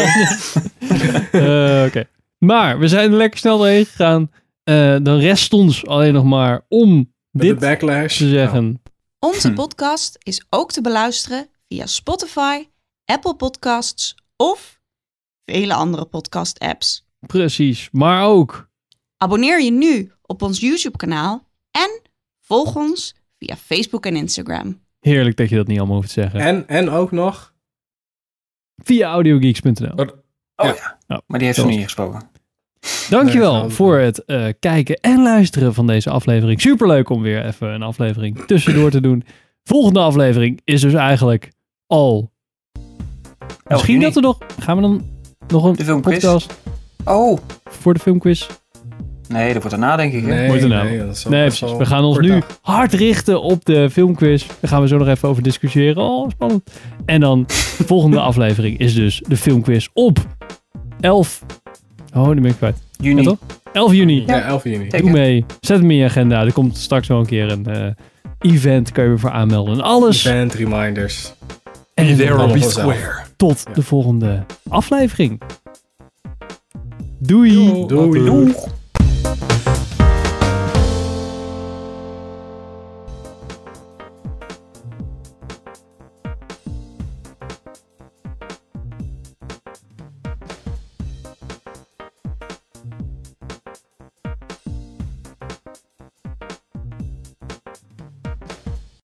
Oké. Maar we zijn er lekker snel doorheen gegaan. Dan rest ons alleen nog maar om dit backlash te zeggen. Onze podcast is ook te beluisteren via Spotify, Apple Podcasts of vele andere podcast-apps. Precies, maar ook... Abonneer je nu op ons YouTube-kanaal en volg ons via Facebook en Instagram. Heerlijk dat je dat niet allemaal hoeft te zeggen. En ook nog... Via audiogeeks.nl. Maar die heeft nog niet gesproken. Dankjewel voor het kijken en luisteren van deze aflevering. Superleuk om weer even een aflevering tussendoor te doen. Volgende aflevering is dus eigenlijk al... Misschien dat we nog... Gaan we dan nog een podcast? Oh. Voor de filmquiz? Nee, dat wordt daarna denk ik. Nee, precies. We gaan ons nu hard richten op de filmquiz. Daar gaan we zo nog even over discussiëren. Oh, spannend. En dan de volgende aflevering is dus de filmquiz op 11... Oh, nu ben ik kwijt. Juni. Ja, toch? 11 juni. Ja, 11 juni. Doe mee. Zet hem in je agenda. Er komt straks wel een keer een event. Kan je weer voor aanmelden. En alles. Event, reminders. En there will be square. Tot de volgende aflevering. Doei. Doei.